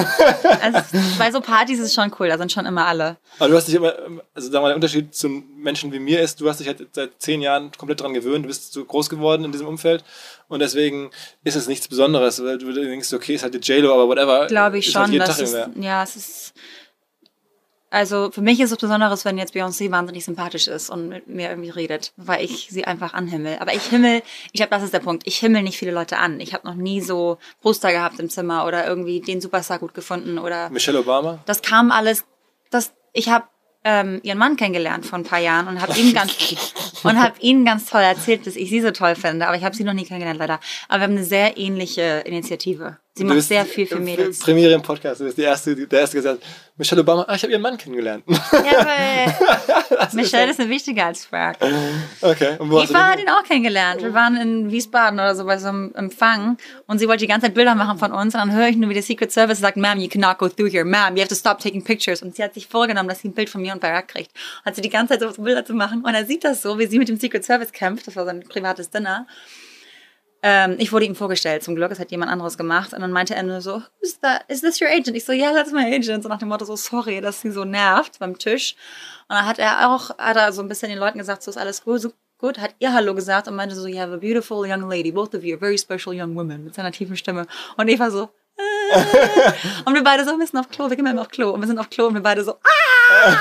Also bei so Partys ist es schon cool, da sind schon immer alle. Aber du hast dich immer, also sagen wir mal, der Unterschied zu Menschen wie mir ist, du hast dich halt seit zehn Jahren komplett dran gewöhnt, du bist so groß geworden in diesem Umfeld und deswegen ist es nichts Besonderes, weil du denkst, okay, ist halt die J-Lo, aber whatever. Glaube ich ist schon, halt jeden das Tag ist, irgendwer. ja, es ist, Also für mich ist es Besonderes, wenn jetzt Beyoncé wahnsinnig sympathisch ist und mit mir irgendwie redet, weil ich sie einfach anhimmel. Aber ich himmel, ich glaube, das ist der Punkt, ich himmel nicht viele Leute an. Ich habe noch nie so Poster gehabt im Zimmer oder irgendwie den Superstar gut gefunden oder... Michelle Obama? Das kam alles, das, ich habe ähm, ihren Mann kennengelernt vor ein paar Jahren und habe ihm ganz und habe ihnen ganz toll erzählt, dass ich sie so toll finde. Aber ich habe sie noch nie kennengelernt, leider. Aber wir haben eine sehr ähnliche Initiative. Sie macht sehr viel für Mädels. Premiere im Podcast. Du bist die erste, der erste gesagt, Michelle Obama, ah, ich habe ihren Mann kennengelernt. Ja, weil Michelle ist, ist wichtiger als Frank. Okay. Und wo hast Eva hat ihn auch kennengelernt. Wir waren in Wiesbaden oder so bei so einem Empfang und sie wollte die ganze Zeit Bilder machen von uns und dann höre ich nur, wie der Secret Service sagt, Ma'am, you cannot go through here. Ma'am, you have to stop taking pictures. Und sie hat sich vorgenommen, dass sie ein Bild von mir und Barack kriegt. Hat sie die ganze Zeit so Bilder zu machen und er sieht das so, wie sie mit dem Secret Service kämpft. Das war sein privates Dinner. Ähm, ich wurde ihm vorgestellt, zum Glück, es hat jemand anderes gemacht. Und dann meinte er nur so, Who's that? Is this your agent? Ich so, yeah, that's my agent. So nach dem Motto so, sorry, dass sie so nervt beim Tisch. Und dann hat er auch, hat er so ein bisschen den Leuten gesagt, so ist alles gut, so gut, hat ihr Hallo gesagt und meinte so, you have a beautiful young lady, both of you, a very special young woman, mit seiner tiefen Stimme. Und Eva so, äh. Und wir beide so, wir sind auf Klo, wir gehen mal auf Klo. Und wir sind auf Klo und wir beide so, ah!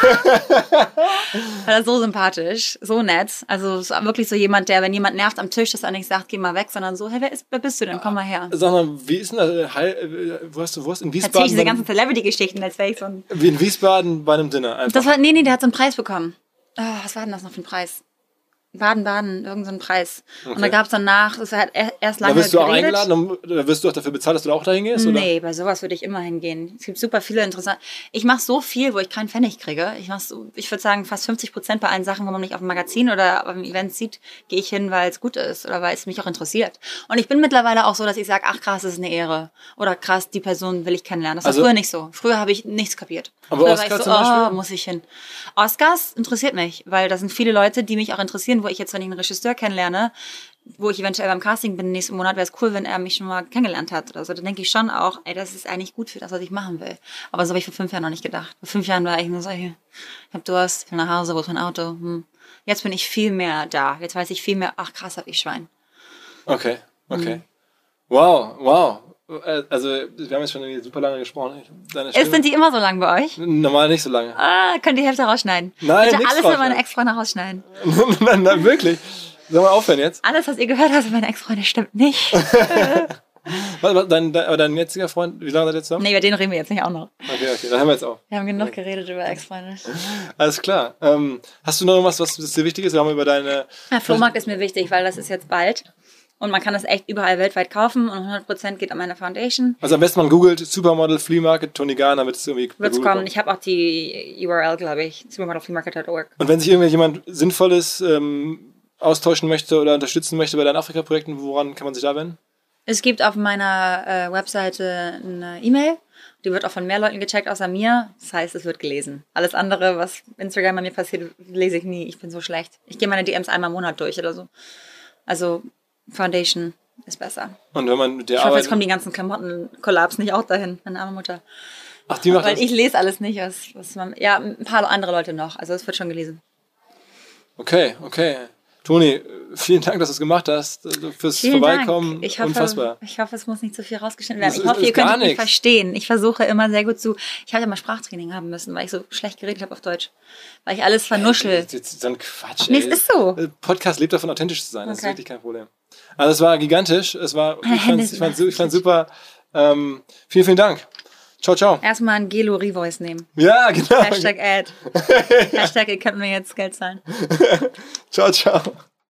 Weil er so sympathisch, so nett. Also es war wirklich so jemand, der, wenn jemand nervt am Tisch, dass er nicht sagt, geh mal weg, sondern so, hey, wer, ist, wer bist du denn? Komm mal her. Sag mal, wie ist denn das? Wo hast du, wo hast du in Wiesbaden? Erzähl ich diese ganzen Celebrity-Geschichten, als wäre ich so ein... Wie in Wiesbaden bei einem Dinner einfach. Das war, nee, nee, der hat so einen Preis bekommen. Oh, was war denn das noch für ein Preis? Baden-Baden, irgendein so ein Preis. Okay. Und da gab es danach, das hat erst lange Da wirst du auch geredet. eingeladen, oder wirst du auch dafür bezahlt, dass du da auch dahin gehst? Oder? Nee, bei sowas würde ich immer hingehen. Es gibt super viele interessante... Ich mache so viel, wo ich keinen Pfennig kriege. Ich mache so, ich würde sagen, fast fünfzig Prozent bei allen Sachen, wo man mich auf dem Magazin oder auf dem Event sieht, gehe ich hin, weil es gut ist oder weil es mich auch interessiert. Und ich bin mittlerweile auch so, dass ich sage, ach krass, das ist eine Ehre. Oder krass, die Person will ich kennenlernen. Das war also, früher nicht so. Früher habe ich nichts kapiert. Aber früher Oscar war ich so, zum Beispiel? Oh, muss ich hin. Oscars interessiert mich, weil da sind viele Leute, die mich auch interessieren, wo ich jetzt, wenn ich einen Regisseur kennenlerne, wo ich eventuell beim Casting bin nächsten Monat, wäre es cool, wenn er mich schon mal kennengelernt hat oder so. Dann denke ich schon auch, ey, das ist eigentlich gut für das, was ich machen will. Aber so habe ich vor fünf Jahren noch nicht gedacht. Vor fünf Jahren war ich nur so, ich hab Durst, ich will nach Hause, wo ist mein Auto? Hm. Jetzt bin ich viel mehr da. Jetzt weiß ich viel mehr, ach krass, hab ich Schwein. Okay, okay. Mhm. Wow, wow. Also, wir haben jetzt schon super lange gesprochen. Deine Stimme, sind die immer so lang bei euch? Normal nicht so lange. Ah, könnt ihr die Hälfte rausschneiden? Nein, bitte alles für meine Ex-Freunde rausschneiden. nein, nein, wirklich. Sollen wir aufhören jetzt? Alles, was ihr gehört habt, meine Ex-Freunde, stimmt nicht. was, dein, dein, aber dein jetziger Freund, wie lange seid ihr jetzt noch? Nee, über den reden wir jetzt nicht auch noch. Okay, okay, dann haben wir jetzt auch. Wir haben genug okay. geredet über Ex-Freunde. Alles klar. Ähm, hast du noch irgendwas, was dir wichtig ist? Wir haben über deine... Der Flohmarkt ist mir wichtig, weil das ist jetzt bald. Und man kann das echt überall weltweit kaufen und hundert Prozent geht an meine Foundation. Also am besten man googelt Supermodel Flea Market Tony Garn, damit es irgendwie... Wird's kommen. Ich habe auch die U R L, glaube ich, supermodel flea market dot org. Und wenn sich irgendjemand Sinnvolles ähm, austauschen möchte oder unterstützen möchte bei deinen Afrika-Projekten, woran kann man sich da wenden? Es gibt auf meiner äh, Webseite eine E-Mail. Die wird auch von mehr Leuten gecheckt außer mir. Das heißt, es wird gelesen. Alles andere, was Instagram bei mir passiert, lese ich nie. Ich bin so schlecht. Ich gehe meine D Ms einmal im Monat durch oder so. Also... Foundation ist besser. Und wenn man mit der ich hoffe, Arbeit... jetzt kommen die ganzen Klamotten-Kollabs nicht auch dahin, meine arme Mutter. Ach, die macht Weil das? ich lese alles nicht. Was, was man, ja, ein paar andere Leute noch. Also es wird schon gelesen. Okay, okay. Toni, vielen Dank, dass du es gemacht hast. Fürs vielen Vorbeikommen. Dank. Ich hoffe, Unfassbar. Ich hoffe, es muss nicht zu viel rausgeschnitten werden. Das ich hoffe, ihr könnt mich nix. verstehen. Ich versuche immer sehr gut zu... Ich habe ja mal Sprachtraining haben müssen, weil ich so schlecht geredet habe auf Deutsch. Weil ich alles vernuschel. Hey, so ein Quatsch, nee, es ist so. Podcast lebt davon, authentisch zu sein. Das okay. ist wirklich kein Problem. Also es war gigantisch. Es war, ich fand es ich fand's, ich fand's super. Ähm, vielen, vielen Dank. Ciao, ciao. Erstmal ein Gelo Revoice nehmen. Ja, genau. Hashtag Ad. Hashtag, ihr könnt mir jetzt Geld zahlen. Ciao, ciao.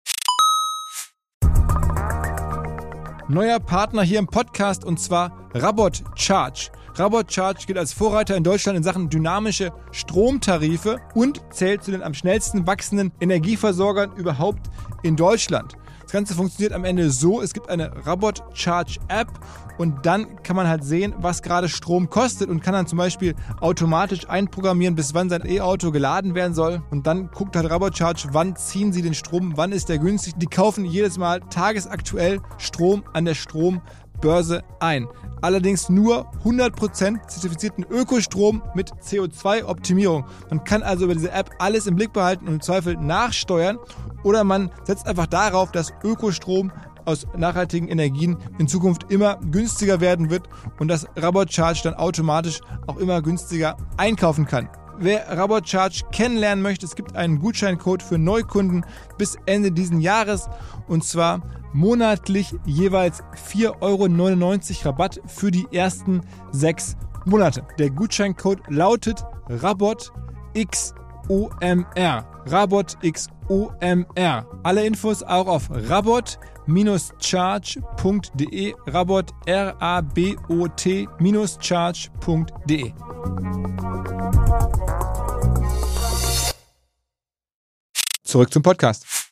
Neuer Partner hier im Podcast und zwar Rabot Charge. Rabot Charge gilt als Vorreiter in Deutschland in Sachen dynamische Stromtarife und zählt zu den am schnellsten wachsenden Energieversorgern überhaupt in Deutschland. Das Ganze funktioniert am Ende so, es gibt eine Rabot Charge App und dann kann man halt sehen, was gerade Strom kostet und kann dann zum Beispiel automatisch einprogrammieren, bis wann sein E-Auto geladen werden soll. Und dann guckt halt Rabot Charge, wann ziehen sie den Strom, wann ist der günstig. Die kaufen jedes Mal tagesaktuell Strom an der Strombörse ein. Allerdings nur hundert Prozent zertifizierten Ökostrom mit C O zwei Optimierung. Man kann also über diese App alles im Blick behalten und im Zweifel nachsteuern oder man setzt einfach darauf, dass Ökostrom aus nachhaltigen Energien in Zukunft immer günstiger werden wird und dass Rabot Charge dann automatisch auch immer günstiger einkaufen kann. wer Rabot Charge kennenlernen möchte, es gibt einen Gutscheincode für Neukunden bis Ende diesen Jahres und zwar monatlich jeweils vier Euro neunundneunzig Rabatt für die ersten sechs Monate. Der Gutscheincode lautet RABOTXOMR. RABOTXOMR. Alle Infos auch auf rabot charge punkt de. Rabot, R A B O T charge punkt de. Zurück zum Podcast.